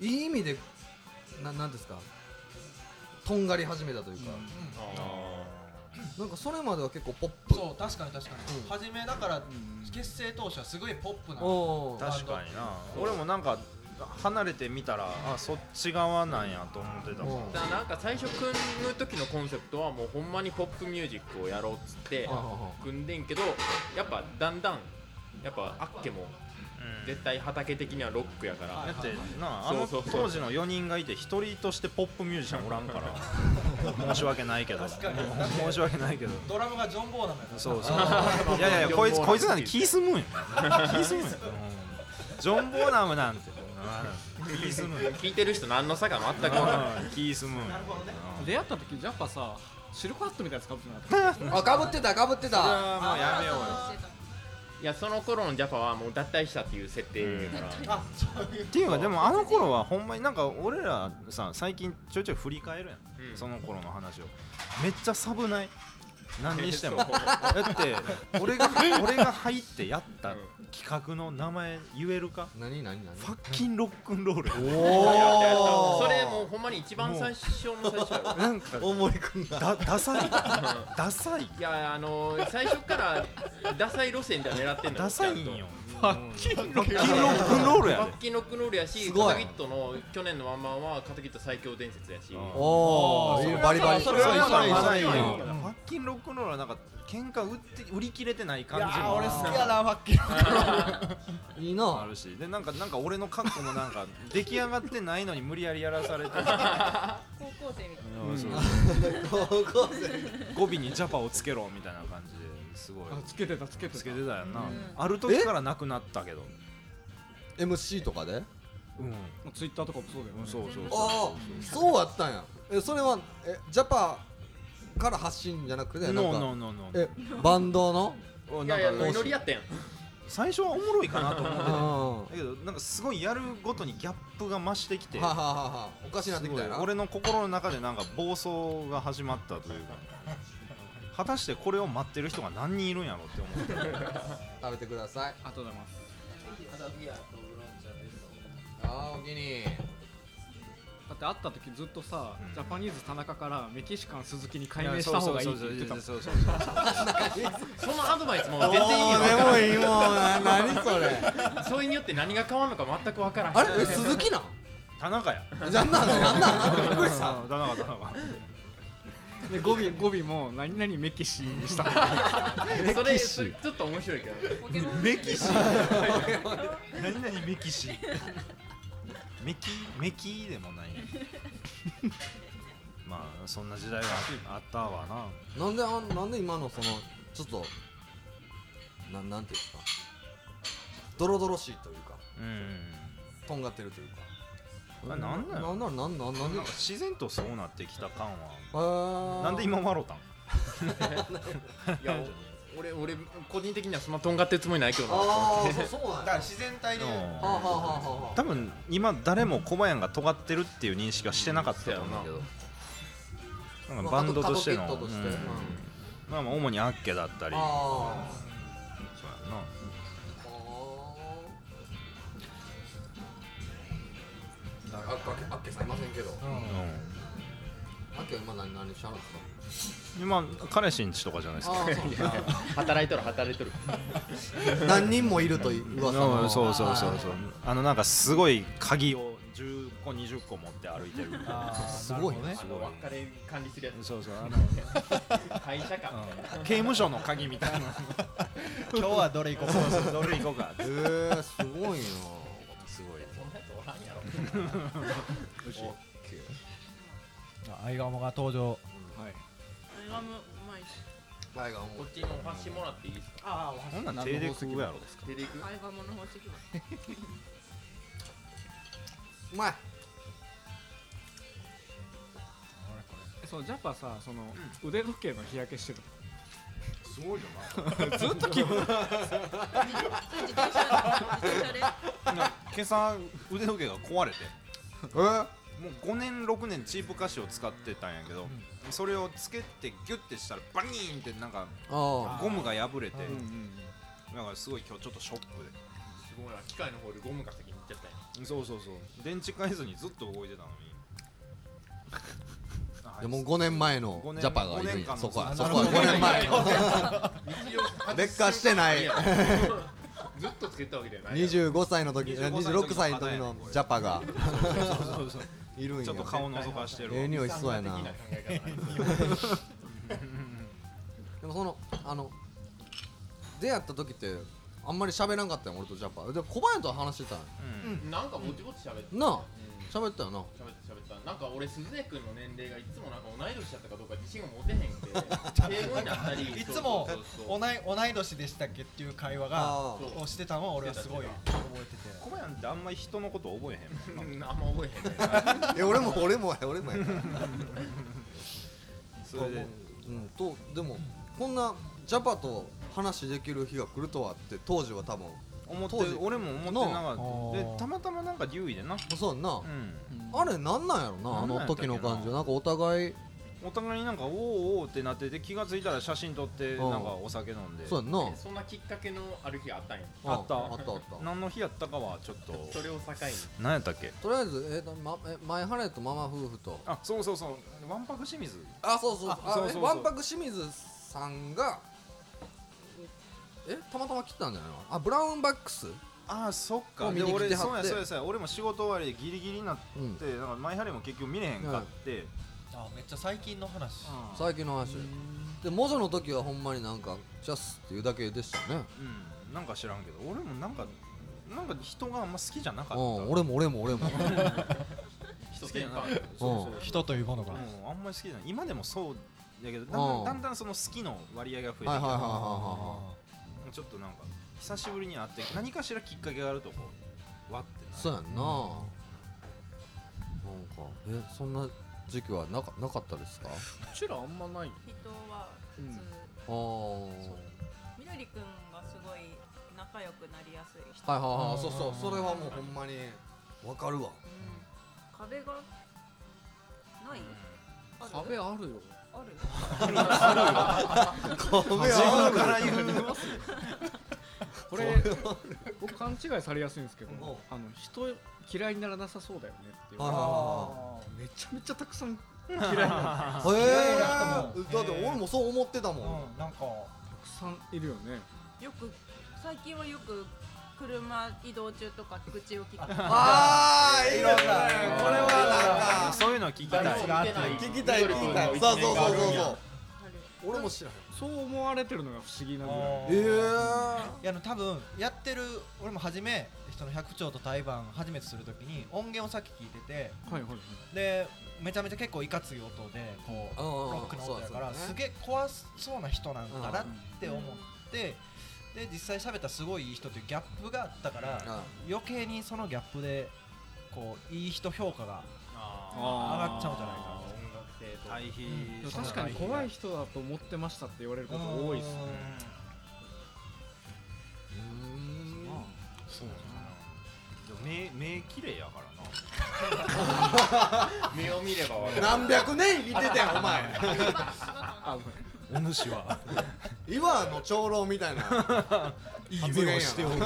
いい意味でななんですかとんがり始めたというか、なんかそれまでは結構ポップ。
そう確かに確かに、
うん
初めだから結成当初はすごいポップな
おー
確かにな俺もなんか離れてみたらあそっち側なんやと思ってたもん
うん
だからなんか最初組む時のコンセプトはもうほんまにポップミュージックをやろうっつって組んでんけど、やっぱだんだんやっぱあっけも絶対畑的にはロックやから、
だってなあの
そうそうそう
当時のよにんがいてひとりとしてポップミュージシャンおらんから申し訳ないけど
確かに
申し訳ないけど
ドラムがジョン・ボーナムやから
そうそういやいやいやこいつこいつなんてキースムーンやキースムーンやジョン・ボーナムなんてキースムーン
聞いてる人何の差か全く分からない。
キースムーン
出会った時ジャパさシルクハットみたいなやつかぶってなかった
あかぶってたかぶって
それ
た。
はもうやめようよ
いやその頃のジャパはもう脱退したっていう設定だから、
あそういう
っていうかでもあの頃はほんまになんか俺らさ最近ちょいちょい振り返るやん、
うん
その頃の話をめっちゃサブない何にしても
そう
だって俺が俺が入ってやった企画の名前言えるか
何何何。
ファッキンロックンロールや
お
それもうほんまに一番最初の最初やろ。
なんか
大森くんが。
だダサいダサい
いやあのー、最初からダサい路線では狙ってんのよ
ダサいんよ
ファッキンロッ
ファッキンロックンロールや
バッキンロックンロールやし、
すごい
カタギットの去年のワンマンはカタギット最強伝説やし、
おおバリバリ。
それは
ダサい
それは
ダサいよ
それは
ファッキンロックンロールはなんか喧嘩売って売り切れてない感じも
いやー俺好きやなファッキー
いいな。
あるしでなんかなんか俺の格好もなんか出来上がってないのに無理やりやらされて
高校生みたい
うんそう
高校生。
語尾にジャパをつけろみたいな感じですごい
あつけてたつけてた
つけてたやんな、
うん
ある時からなくなったけど
エムシー とかで。
うん
ツイッターとかもそうだよね
そうそう
ああそうやったんや。えそれはえジャパから発信じゃなくてなんか
ノーノーノーノー
えバンドの。
いやいや
なんか
ノリノリやったやん。
最初はおもろいかなと思ってた
うん。
だけどなんかすごいやるごとにギャップが増してきて
ははははおかしなってきたよな。
すごい俺の心の中でなんか暴走が始まったというか果たしてこれを待ってる人が何人いるんやろって思って
食べてください。
ありがとうございます
あーお気に。
だって会った時ずっとさ、
うん
ジャパニーズ田中からメキシカン鈴木に改名した方がいいって言ってたもん
そうそうそうそう
そのアドバイスも全然いいよ。
でもいいもんな。何それ。
それによって何が変わるのか全く分からん。
あれえ鈴木なん。
田中や
じゃんなんなんなんびっくりした。
田中田中
で語尾語尾も何々メキシにした
それそれちょっと面白いけどね。
ポケモン
メキシ何々メキシメキメキでもないまあそんな時代があったわな
なんであんなんで今のそのちょっとなんなんていうんですかドロドロしいというか
うん
とんがってるというか。
あなんだよ
なんなんなんなんなんで
なんか自然とそうなってきた感は
あー
なんで今笑うたん
いや俺俺個人的にはそんなとんがってるつもりないけどな。
ああそうそうなんや。
だから自然体で
はあはあはあはあ
多分今誰も小林が尖ってるっていう認識はしてなかったと思うけどなんかバンドとしての
カトケットとして
うんまあまあ主にアッケだったり
あ
そうやな
ああっけあっけさんいませんけど
う
あっけは今何何しゃるんです
ん今彼氏んちとかじゃないですか
か。ああそう
働いとる働いとる。
何人もいるという噂の。
うんそうそうそう
はい
そうあのなんかすごい鍵をじゅっこにじゅっこ持って歩いてる
あー
すごいね
なる
あの別れ管理するや
そうそうあの
つ会社か。
刑務所の鍵みたいな
ほど今日はどれ行こうか
そうそうどれ行こうか
へえすごいな。
すごい
そんなやつおらんやろ。
あアイガモが登場
はい
アイガムうまいし
前がも
こっちのお箸もらっていいですか。
あ
こんなん手で食うやろ
手でいく。
アイガムの宝石箱
うまい。
そうジャパさその、腕時計の日焼けしてる
すごいよな
ずっと気分
自転車自転車で
今朝腕時計が壊れて
え
もうごねんろくねんチープ菓子を使ってたんやけど、それをつけてギュッてしたらバリーンってなんか
あ
ゴムが破れて、
うんうん
なんかすごい今日ちょっとショックで
すごいな機械の方でゴムが先に行っちゃったんや。
そうそうそう電池変えずにずっと動いてたのに
でもごねんまえのジャパがいるんやそこはそこは
なるほど
ごねんまえの劣化してない
ずっとつけたわけじゃない
にじゅうごさいの時
にじゅうご
にじゅうろくさいの時のジャパが
そうそうそう
いるんや
ちょっと顔覗かしてるわ
ええ匂いしそうやな
的考え方なんですよ
でもそのあの出会った時ってあんまり喋らんかったよ俺とジャパで小林とは話してたん
うん
なんかぼちぼち喋って
なあ
うん
喋ったよな
喋った喋ったなんか俺鈴江君の年齢がいつもなんか同い年だったかどうか自信が持てへんくて敬語になったり
いつも
そうそうそう
同い同い年でしたっけっていう会話が
あ
ー
をしてたのは俺はすごい覚えてて
小林ってあんまり人のこと覚えへんもんな
うんあんま覚えへんね
あえ俺も俺もや俺もや
それで
うんとでもこんなジャパと話できる日が来るとはって当時は多分
思って
当時
俺も思ってなか
なあ
ったでたまたまなんか留意でな
そうやんな
うん
あれなんなんやろなあの時の感じなんかお互い
お互いになんかおーおーってなってて気がついたら写真撮って
うん
なんかお酒飲んで
そうやんな
えそんなきっかけのある日があったんや
あった
あったあった
何の日やったかはちょっと
それを境に
何やったっけ
とりあえずえーとまえ前原とママ夫婦と
あそうそうそうわんぱく清水
あそうそう
あそうそうそう
あえわんぱく清水さんがえたまたま来たんじゃないのあブラウンバックス
ああそっか
を見
で
に来てはって
俺そうやそうやそうや俺も仕事終わりでギリギリになっ
うん
てなんか前ハリも結局見れへんかって
あめっちゃ最近の話
最近の話でモジョの時はほんまになんかジャスっていうだけでしたね
うんなんか知らんけど俺もなんかなんか人があんま好きじゃなかった
うん俺も俺も俺も
人
好きじゃなか
全般
ったそうそう
人というものが
うんあんまり好きじゃない今でもそうだけどだんだ
うん
んだんだんその好きの割合が増えてきて
はいはいはいはいは
ちょっとなんか久しぶりに会って何かしらきっかけがあるとこうわってなる
そうやんななんかえそんな時期はなかなかったですか
うちらあんまない
人は普通、
あー
みどりくんがすごい仲良くなりやすい人、
はいはいはいそうそうそれはもうほんまにわかるわ
うん、壁がない、ある
壁あるよ
ある
壁
自分から言う
これ僕勘違いされやすいんですけど
うん
あの人嫌いにならなさそうだよねっていう
はいは
めちゃめちゃたくさん嫌いになる
いはいへえだって俺もそう思ってたもん
うんなんか
たくさんいるよね
よく最近はよく車移動中とか口を聞く
ああいいよねこれはなんか
そういうの聞きたい
聞きたい聞きたいそうそうそうそうそう俺も知らん
そう思われてるのが不思議なぐらい
ええ
いやあの多分やってる俺も初めその百丁と対バン初めてするときに音源をさっき聞いてて
はいはいはい
でめちゃめちゃ結構いかつい音でこう
うんうん
ロックの音やから
そうそうね
すげえ怖そうな人なんかなって思ってで実際喋ったらすごいいい人というギャップがあったから余計にそのギャップでこういい人評価が上がっちゃうんじゃないかな
音楽性と
対比
でも確かに怖い人だと思ってましたって言われること多いっすね
うん
そうだな目目綺麗やからな
目を見ればわかる
何百年生きてたよお前
あ
お主は
岩の長老みたいな発言やな
しておる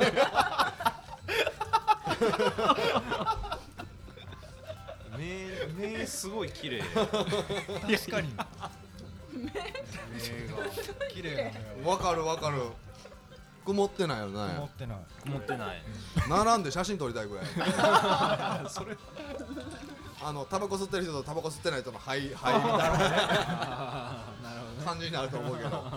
目目すごい綺麗
確かに
目が
綺麗なのよ
わかるわかる曇ってないよね
思ってない
持ってない
並んで写真撮りたいぐらいそれあのタバコ吸ってる人とタバコ吸ってない人の灰灰みたいな感じになると思うけど
大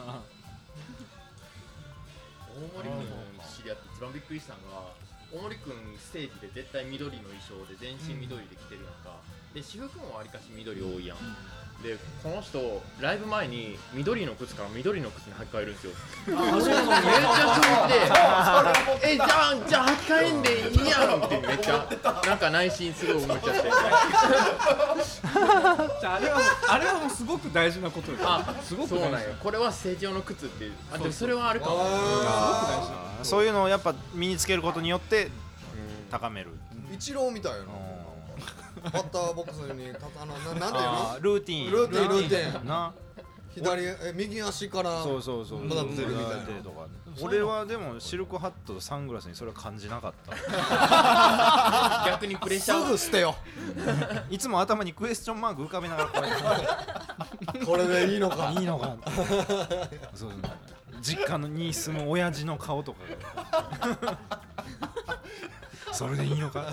森君知り合って一番びっくりしたのが大森君ステージで絶対緑の衣装で全身緑で着てるやんか、で私服もわりかし緑多いやん、でこの人ライブ前に緑の靴から緑の靴に履き替えるんですよ俺もめっちゃそうでえじゃあじゃあ履き替えんでいいやろってめっちゃなんか内心すごい思っちゃって
じゃああれはあれはもうすごく大事なことです
あ
すごく
そう
大事
なんよこれはステージ用の靴ってあでもそれはあるかも
あーそういうのをやっぱ身につけることによって高める
一郎みたいやなバッターボックスにたあのななんていうの
あールーティン
ルーティンルーティン
な
左え右足から
そうそうそう
まだ出るみたいな
とか俺はでもシルクハットとサングラスにそれは感じなかった
逆にプレッシャー
すぐ捨てよ
いつも頭にクエスチョンマーク浮かべながらこうやって
これでいいのか
いいのかそうそう実家に住む親父の顔とかがそれでいいのか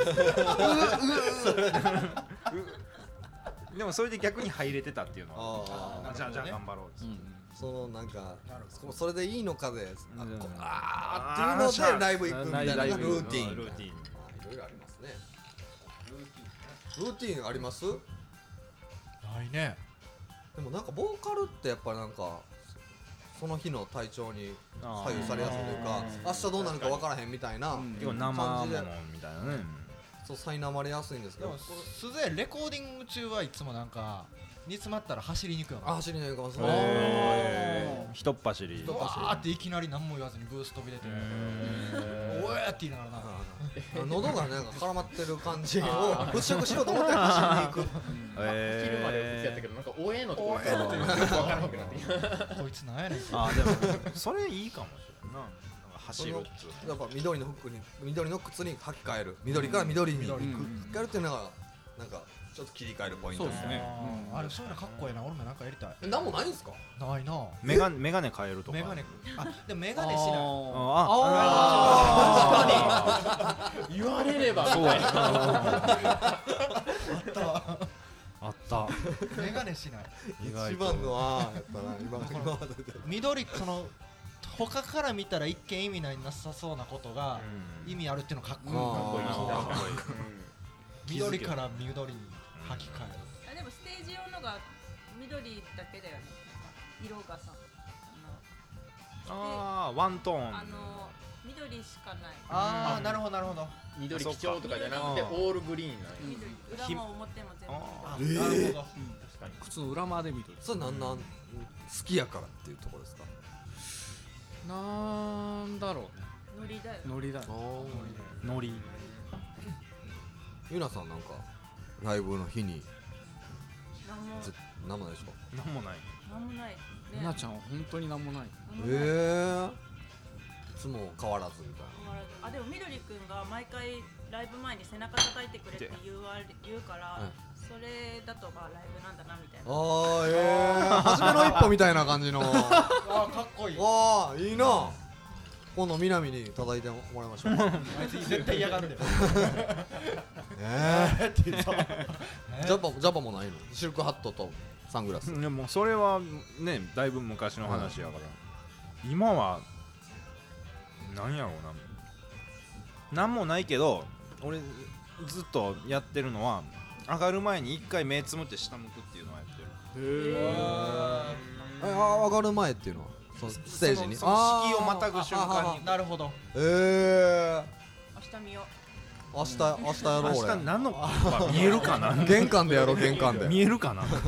でもそれで逆に入れてたっていうのは
あ
じゃあじゃあ頑張ろう、
ーそのなんかそれでいいのかであ
うん
こあーっていうのでライブ行くみたいな
ライブ
ルーティン
ルーティン
いろいろありますねルーティンあります
ないね。
でもなんかボーカルってやっぱりなんかその日の体調に左右されやすいというか明日どうなるか分からへんみたいな
結構生ものみたいなね
そう苛まれやすいんですけど
でもすずえレコーディング中はいつもなんか煮詰まったら走りに行くよな。
あ走りに行きます
へーひとっ走り
わーっていきなり何も言わずにブース飛び出ておえーって言いながらな。
喉がなんか絡まってる感じを払拭しようと思って走りに行く
昼までやったけどなんかおえのところから分からなくなってきた
こいつなんやねん。
あでもそれいいかもしれんななんか走るっつう
やっぱ緑の服に緑の靴に履き替える緑から緑に履き替えるっていうのがなんかちょっと切り替えるポイントですね
あーあれそういうのかっこいいな。俺もなんかやりたい。
えなんもないんすか
ないな。
メガメガネ変えるとか
メガネ。あでもメガネしない。
ああ
言われれば
そうやな
あ
あった
メガネしない。
意外と
一番のあーやったな今今までで
緑その他から見たら一見意味ないなさそうなことが意味あるっていうのかっこいい。
あー
かっこいい
緑から緑に履き替える。
あでもステージ用のが緑だけだよね。色がさ、
ああワントーン
あの緑しかない。
ああなるほどなるほど。
緑基調とかじゃなくて
あ
オールグリーンなんや
緑裏も表も全部
あ
あなるほど。
靴の裏まで緑
それなんなん好きやからっていうところですか
なんだろうね
ノリだよ。
ノリだよ
ノリ
ゆなさんなんかライブの日に
なんも
ぜなんもないですか
なんもない
なんもない。
ゆなちゃんは本当になんもない
なんもない
ええいつも変わらずみたい
変わらずあでもみどりくんが毎回ライブ前に背中叩いてくれって言われ言うから、
はい
それだとまあライブなんだなみたいな。
なあーええ初めの一歩みたいな感じの
あーかっこいい。
ああいいな今度南に叩いてもらいましょう
あいつ絶対嫌がるで。
え
えって言った。
えジャパジャパもないのシルクハットとサングラス
でもそれはねだいぶ昔の話やから今はなんやろうななんもないけど俺ずっとやってるのは上がる前に一回目つむって下向くっていうのをやってる
えあ上がる前っていうのはそのステージに
そのその敷居をまたぐ瞬間に
なるほど。
ええ
明日見よ
明日明日やろう
明
俺
日何のか見えるかな
玄関でやろう玄関で
見えるかな
怖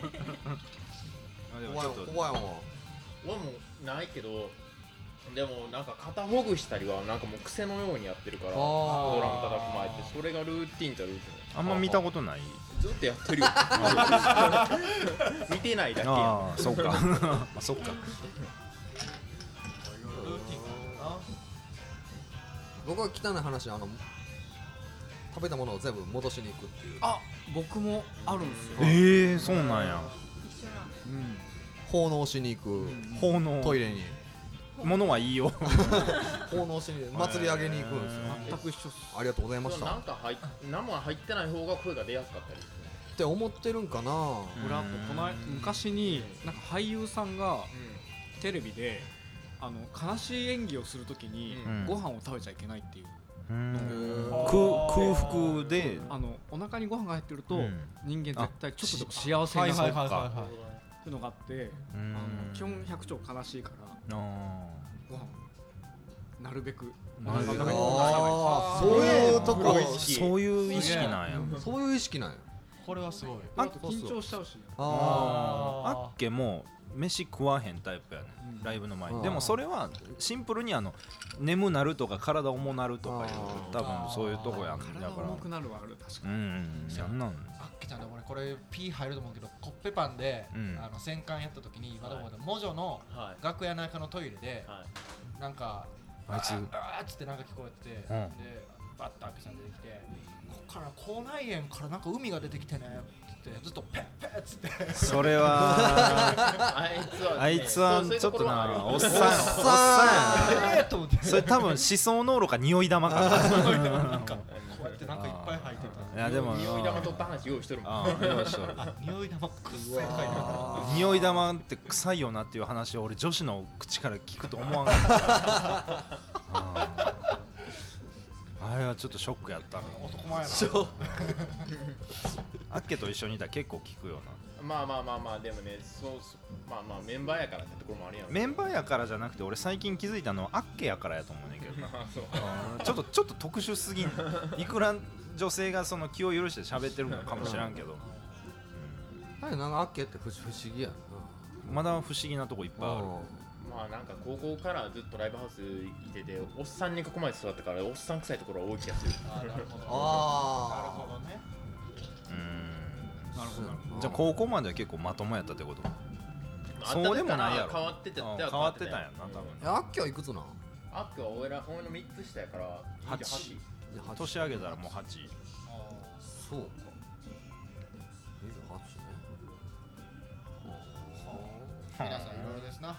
いわ怖いわ
俺もないけどでもなんか肩ほぐしたりはなんかもう癖のようにやってるから
あー
ドラム叩く前ってそれがルーティンじゃルーティン
あんま見たことない
ずっとやってるよ見てないだけや
ああそっかあそっか
ルーティンかな。
僕は汚い話あの食べたものを全部戻しに行くっていう
あ僕もあるんですよ
ええそうなんや
う。一緒なんだよ。
奉納しに行く
奉納
トイレに
物はいいよ
奉納しに祭り上げに行くんですよ
全く一緒っす
ありがとうございましたっ
なんか入っ生が入ってない方が声が出やすかったりする
て思ってるんかな
俺あとこの間昔になんか俳優さんがテレビであの悲しい演技をするときに
うん
ご飯を食べちゃいけないっていう
うん
空
空空腹で
あのお腹にご飯が入ってると
うん
人間絶対ちょっとでも幸せ
はい
になるっ
はいはいはい
ていうのがあってあの基本百兆悲しいから
あ
ご飯をなるべく
なるべく
お腹の中に
あーそういうとこ
ーそういう意識なんや
そういう意識なんや
これはすごい。
あと緊張しちゃうし
あ
あっけも飯食わへんタイプやね、
うん
ライブの前
うん
に。でもそれはシンプルにあの眠なるとか体重なるとかいう多分そういうとこやん。だ
体
から
重くなるはある確か
うんうんなんなん
あっけちゃんで俺これ P 入ると思うけどコッペパンで、
うん
あの戦艦やった時に今でもモジョの
は
楽屋の中のトイレで
いはい
なんか
あいつ
あーっつってなんか聞こえてて、
うん
でバッとあっけちゃん出てきてこっから口内炎からなんか海が出てきてねってずっとペッペッつって
それは
あいつはね
あいつは
そう
ちょっとな
そういう
おっさん
ところはある
おっさんや
えーっと思って
それ多分思想濃度か匂い玉か
なんかこうやってなんかいっぱい入ってた
いやでも
匂い玉取った話用意しとるもん
ああよしよし
あ匂い玉くっさい入ってた
匂い玉って臭いよなっていう話を俺女子の口から聞くと思わなかったああれはちょっとショックやったね。
男前やな
あっけと一緒にいたら結構聞くよな。
まあまあまあまあでもねそうそうまあまあメンバーやからってところもあるやん
メンバーやからじゃなくて俺最近気づいたのはあっけやからやと思うねんけど
あそう
ちょっとちょっと特殊すぎんいくら女性がその気を許して喋ってるのかもしらんけど、
はいなんかあっけって不思不思議やんな
まだ不思議なとこいっぱいある。
まあなんか高校からずっとライブハウスいてておっさんに囲まれて育ったからおっさん臭いところは多い気がする
あーなるほど
あ
なるほどね
うん
なるほどなるほど
じゃあ高校までは結構まともやったってこと？
あ
そうでもないやろ。
変わってたっては
変わってたんやな多分。
ああっけはいくつなん
アックは俺ら俺のみっつ下やから
はち
にじゅうはち
年上げたらもうはち。
そうかにじゅうはちね
皆さんいろいろですな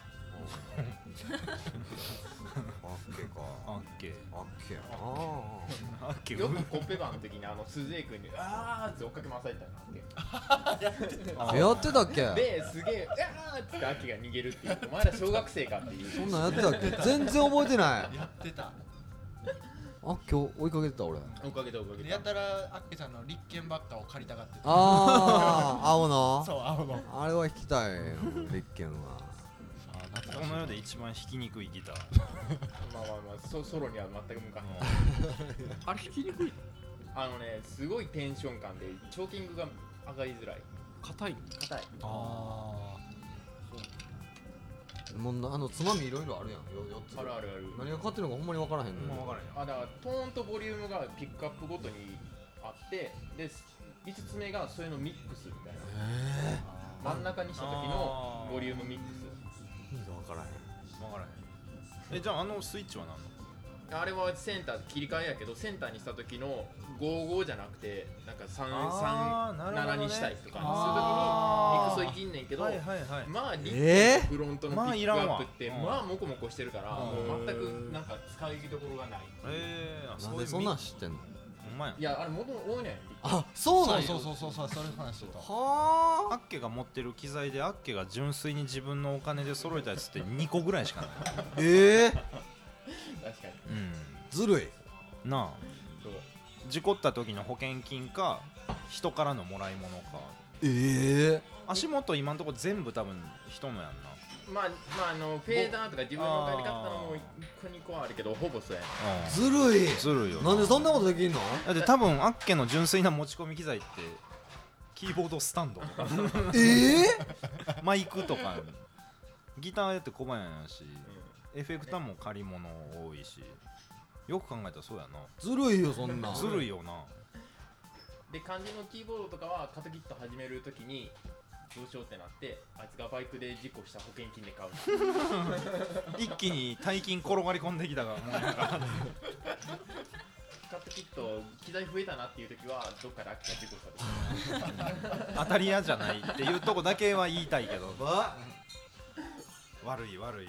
あっけか
あっけ
あっけやな
あっけ
よくコッペパンの時にあの鈴江君にあーって追っかけ回されたのあって
やってたっけ
ですげえあーってアキが逃げるっていうお前ら小学生かっていう
そんなんやってたっけ全然覚えてない
やってた
あ今日追いかけてた俺
追っかけて追っかけて
でやったらあっけちゃんの立憲ばっかを借りたがってた
ああ青の
そう青の
あれは弾きたいよ立憲は
この世で一番弾きにくいギター。
まあまあまあソソロには全く向かない
あれ弾きにくい
あのねすごいテンション感でチョーキングが上がりづらい
硬い
硬い
あ
もうなあのつまみいろいろあるやんよよっつ
あるあるある
何がかかってるのかほんまに分からへんの
もう分からへん。
あだからトーンとボリュームがピックアップごとにあってでいつつめがそれのミックスみたいな
え
真ん中にした時のボリュームミックス
え意味が分からへん
分からへん。えじゃああのスイッチは何の？
あれはセンター切り替えやけどセンターにした時のごじゅうごじゃなくてなんかさん
あーなるほどね
ななにしたいとか
あー
そういう時にミックスをいじんねんけど、
はいはいはい。
まあリ
え
ップのフロントのピ
まあ
ック
いらんわ
アップって
うん
まあモコモコしてるから
うん
もう全くなんか使いどころがない
えー、あ
なんでそんなん知ってんの
ほんまや
いやあれ元々多いねん
あそうなんや
そうそうそうそうそうそれ話してた
は
あっけが持ってる機材であっけが純粋に自分のお金で揃えたやつってにこぐらいしかない。
あええ
確かに
うん
ずるい
なあ
そう
事故った時の保険金か人からのもらい物か。
ええ
足元今んとこ全部多分人のやんな。
まあまああのフェーダーとか自分の帰り方のもいっこにこはあるけどほぼそうやね
うん
ずるい
ずるいよ
なんでそんなことできんの
だって多分あっけの純粋な持ち込み機材ってキーボードスタンドとか
ええ
マイクとかギターやって小判やしエフェクターも借り物多いしよく考えたらそうやな。
ずるいよそんなん
ずるいよな。
で漢字のキーボードとかはカトキット始めるときにどうしようってなってあいつがバイクで事故した保険金で買う
一気に大金転がり込んできたからもうなんか
カトキット機材増えたなっていうときはどっかで秋が事故したとき
当たり屋じゃないっていうとこだけは言いたいけど
わ
悪い悪い。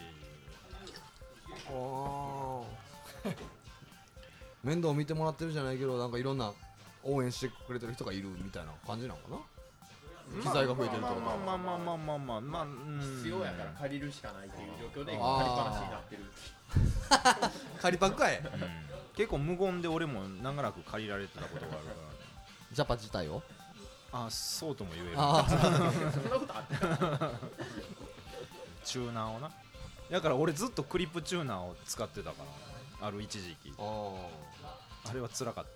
あ面倒見てもらってるじゃないけどなんかいろんな応援してくれてる人がいるみたいな感じなのかな機材が増えてるってこと
まあまあまあまあまあまあまあうん
必要やから借りるしかないっていう状況で借りっ
あー
ぱなしになってる
仮パクかい
うん結構無言で俺も長らく借りられてたことがあるから
ジャパ自体を
あそうとも言える
あ
そんなことあった
チューナーをなだから俺ずっとクリップチューナーを使ってたからある一時期
あ
あれは辛かった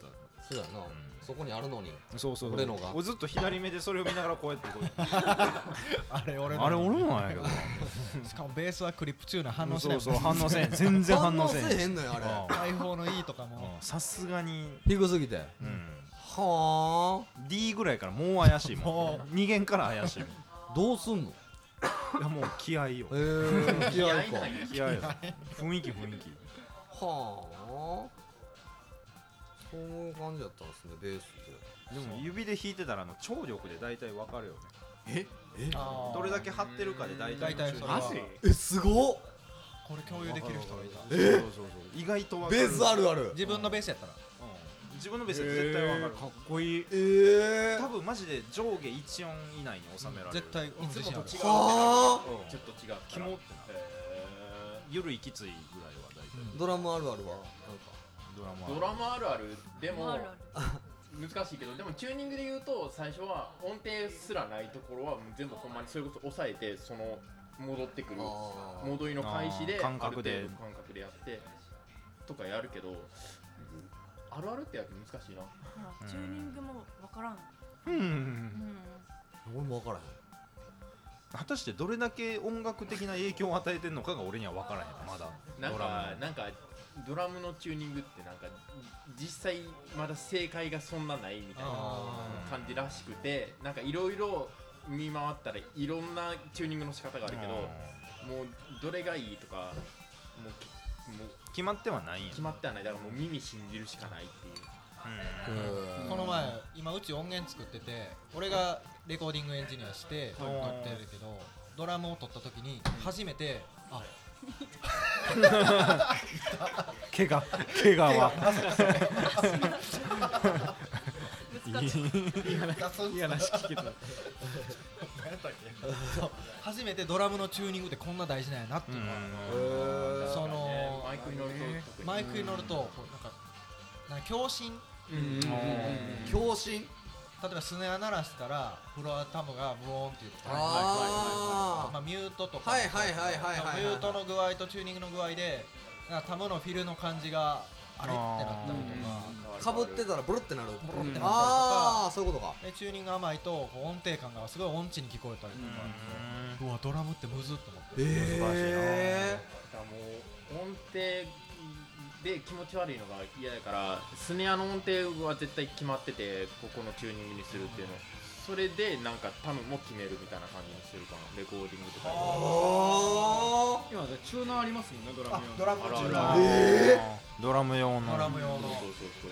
そうやな、そこにあるのに
そうそうそう
俺のが
俺ずっと左目でそれを見ながらこうやってこう
あれ俺の
あれ俺のなんやけど
しかもベースはクリップチューナー反応しない
そうそう反応せん全然反応せん
反応せえへんのよあれ
開放のいいとかも
さすがに
低すぎて
うん
はあ
D ぐらいからもう怪しいもんに弦から怪しいもん
どうすんの
いやもう気合いよ
えー、気合いか
気合いよ雰囲気雰囲気
はあそういう感じだったんですねベースって
でも指で弾いてたらあの張力で大体わかるよね
ええ
あー
どれだけ張ってるかで大体
大体それは
マジ
えすごっ
これ共有できる人がいた
そうそうそう意外とわかる
ベースあるある
自分のベースやったら
うん自分のベースは絶対わかる
かっこいい。
ええ
多分マジで上下いち音以内に収められる
絶対
いつもと違うって
はあ
うん
ちょっと違う
キモってなゆるいきついぐらいは大体
ドラムあるあるは
ドラマ
ドラムあるあるでも
あるある
難しいけどでもチューニングで言うと最初は音程すらないところはもう全部ほんまにそれこそ抑えてその戻ってくる
あー
戻りの開始で
あー感覚で
ある程度感覚でやってとかやるけどあるあるってやつ難しいな
ほらチューニングもわからん
うん
うん
俺も分からへん
果たしてどれだけ音楽的な影響を与えてるのかが俺には分からへんまだ
なん
ドラム
かなんかドラムのチューニングってなんか実際まだ正解がそんなないみたいな感じらしくてなんかいろいろ見回ったらいろんなチューニングの仕方があるけどもうどれがいいとかもうきもう
決まってはないんや
決まってはないだからもう耳信じるしかないっていう
この前今うち音源作ってて俺がレコーディングエンジニアして撮ってるけどドラムを撮った時に初めてあ
怪我怪我は
いい話聞けた。
そう初めてドラムのチューニングってこんな大事なんやなっていうのは
へ
その
マイクに乗ると特に
マイクに乗るとこうなんかなんか共振
共振
例えばスネア鳴らしたらフロアタムがブオーンって言って
あ
まあミュートとか
はいはいはいはいはいはい
ミュートの具合とチューニングの具合でなんかタムのフィルの感じがあれってなったりとか
かぶってたらブルってなる
ブルってなったりとか
ああそういうことか
でチューニング甘いとこう音程感がすごい音痴に聞こえたりとかうわドラムってむずっと思って
え
だからもう音程で気持ち悪いのが嫌だからスネアの音程は絶対決まっててここのチューニングにするっていうのそれでなんかタムも決めるみたいな感じにするかなレコーディングとかで
あ
今でチューナーありますもんねドラム用。
ドラム
あるある
チューナー
え
ドラム用の
ドラム用の
そうそうそう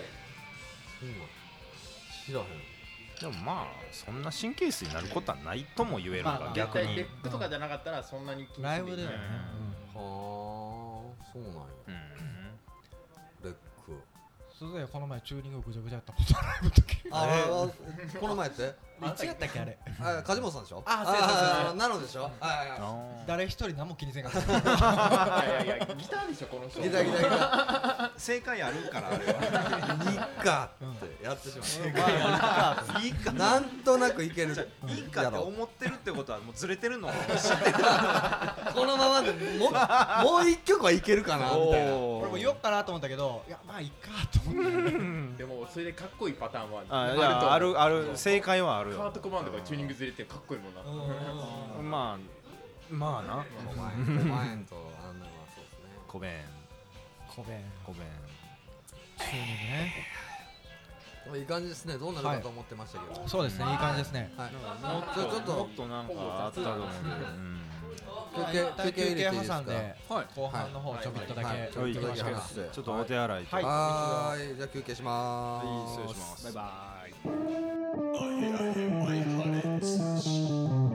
知らへん
でもまあそんな神経質になることはないとも言えるか
まあまあ
逆に
絶対レックとかじゃなかったらそんなに気にしない
ライブでだよね
はあそうなんや
うん
レック
すごいこの前チューニングぐちゃぐちゃやったことある時
ああこの前って
いつやったっけあれ
あ梶本さんでしょ
あそうそうそうそう
あなのでしょはいはいはい
あ
誰一人何も気にせんかった
いやいやいやギターでしょこの人
ギターギターギター
正解あるからあれは。
いいかってやってしまういいかなんとなくいける
いいかって
やろ
思ってるってことはもうずれてるの。
このままでももう一曲はいけるかなみたいな
俺も言おっかなと思ったけどいやまあいいかと思って
でもそれでかっこいいパターンは
あいやあるある正解はあるよ。
カートコマンドがチューニングずれてかっこいいもんな
まあまあな。
お前お前とあんなのはそうですね
コベン
コベン
コベン。
チューニングね
いい感じですねどうなるかと思ってましたけど
そうですねいい感じですね
はい
もっ
じゃあちょっと
もっとなんかあったと思うけど。うん
休憩
一旦
休憩入れていいですか
挟んで後半の方ちょびっとだけ
はい
ちょびっとだけ
はい
話して
ちょっとお手洗いと。
はい
はーいじゃあ休憩しまーす
失礼します。
バイバイ。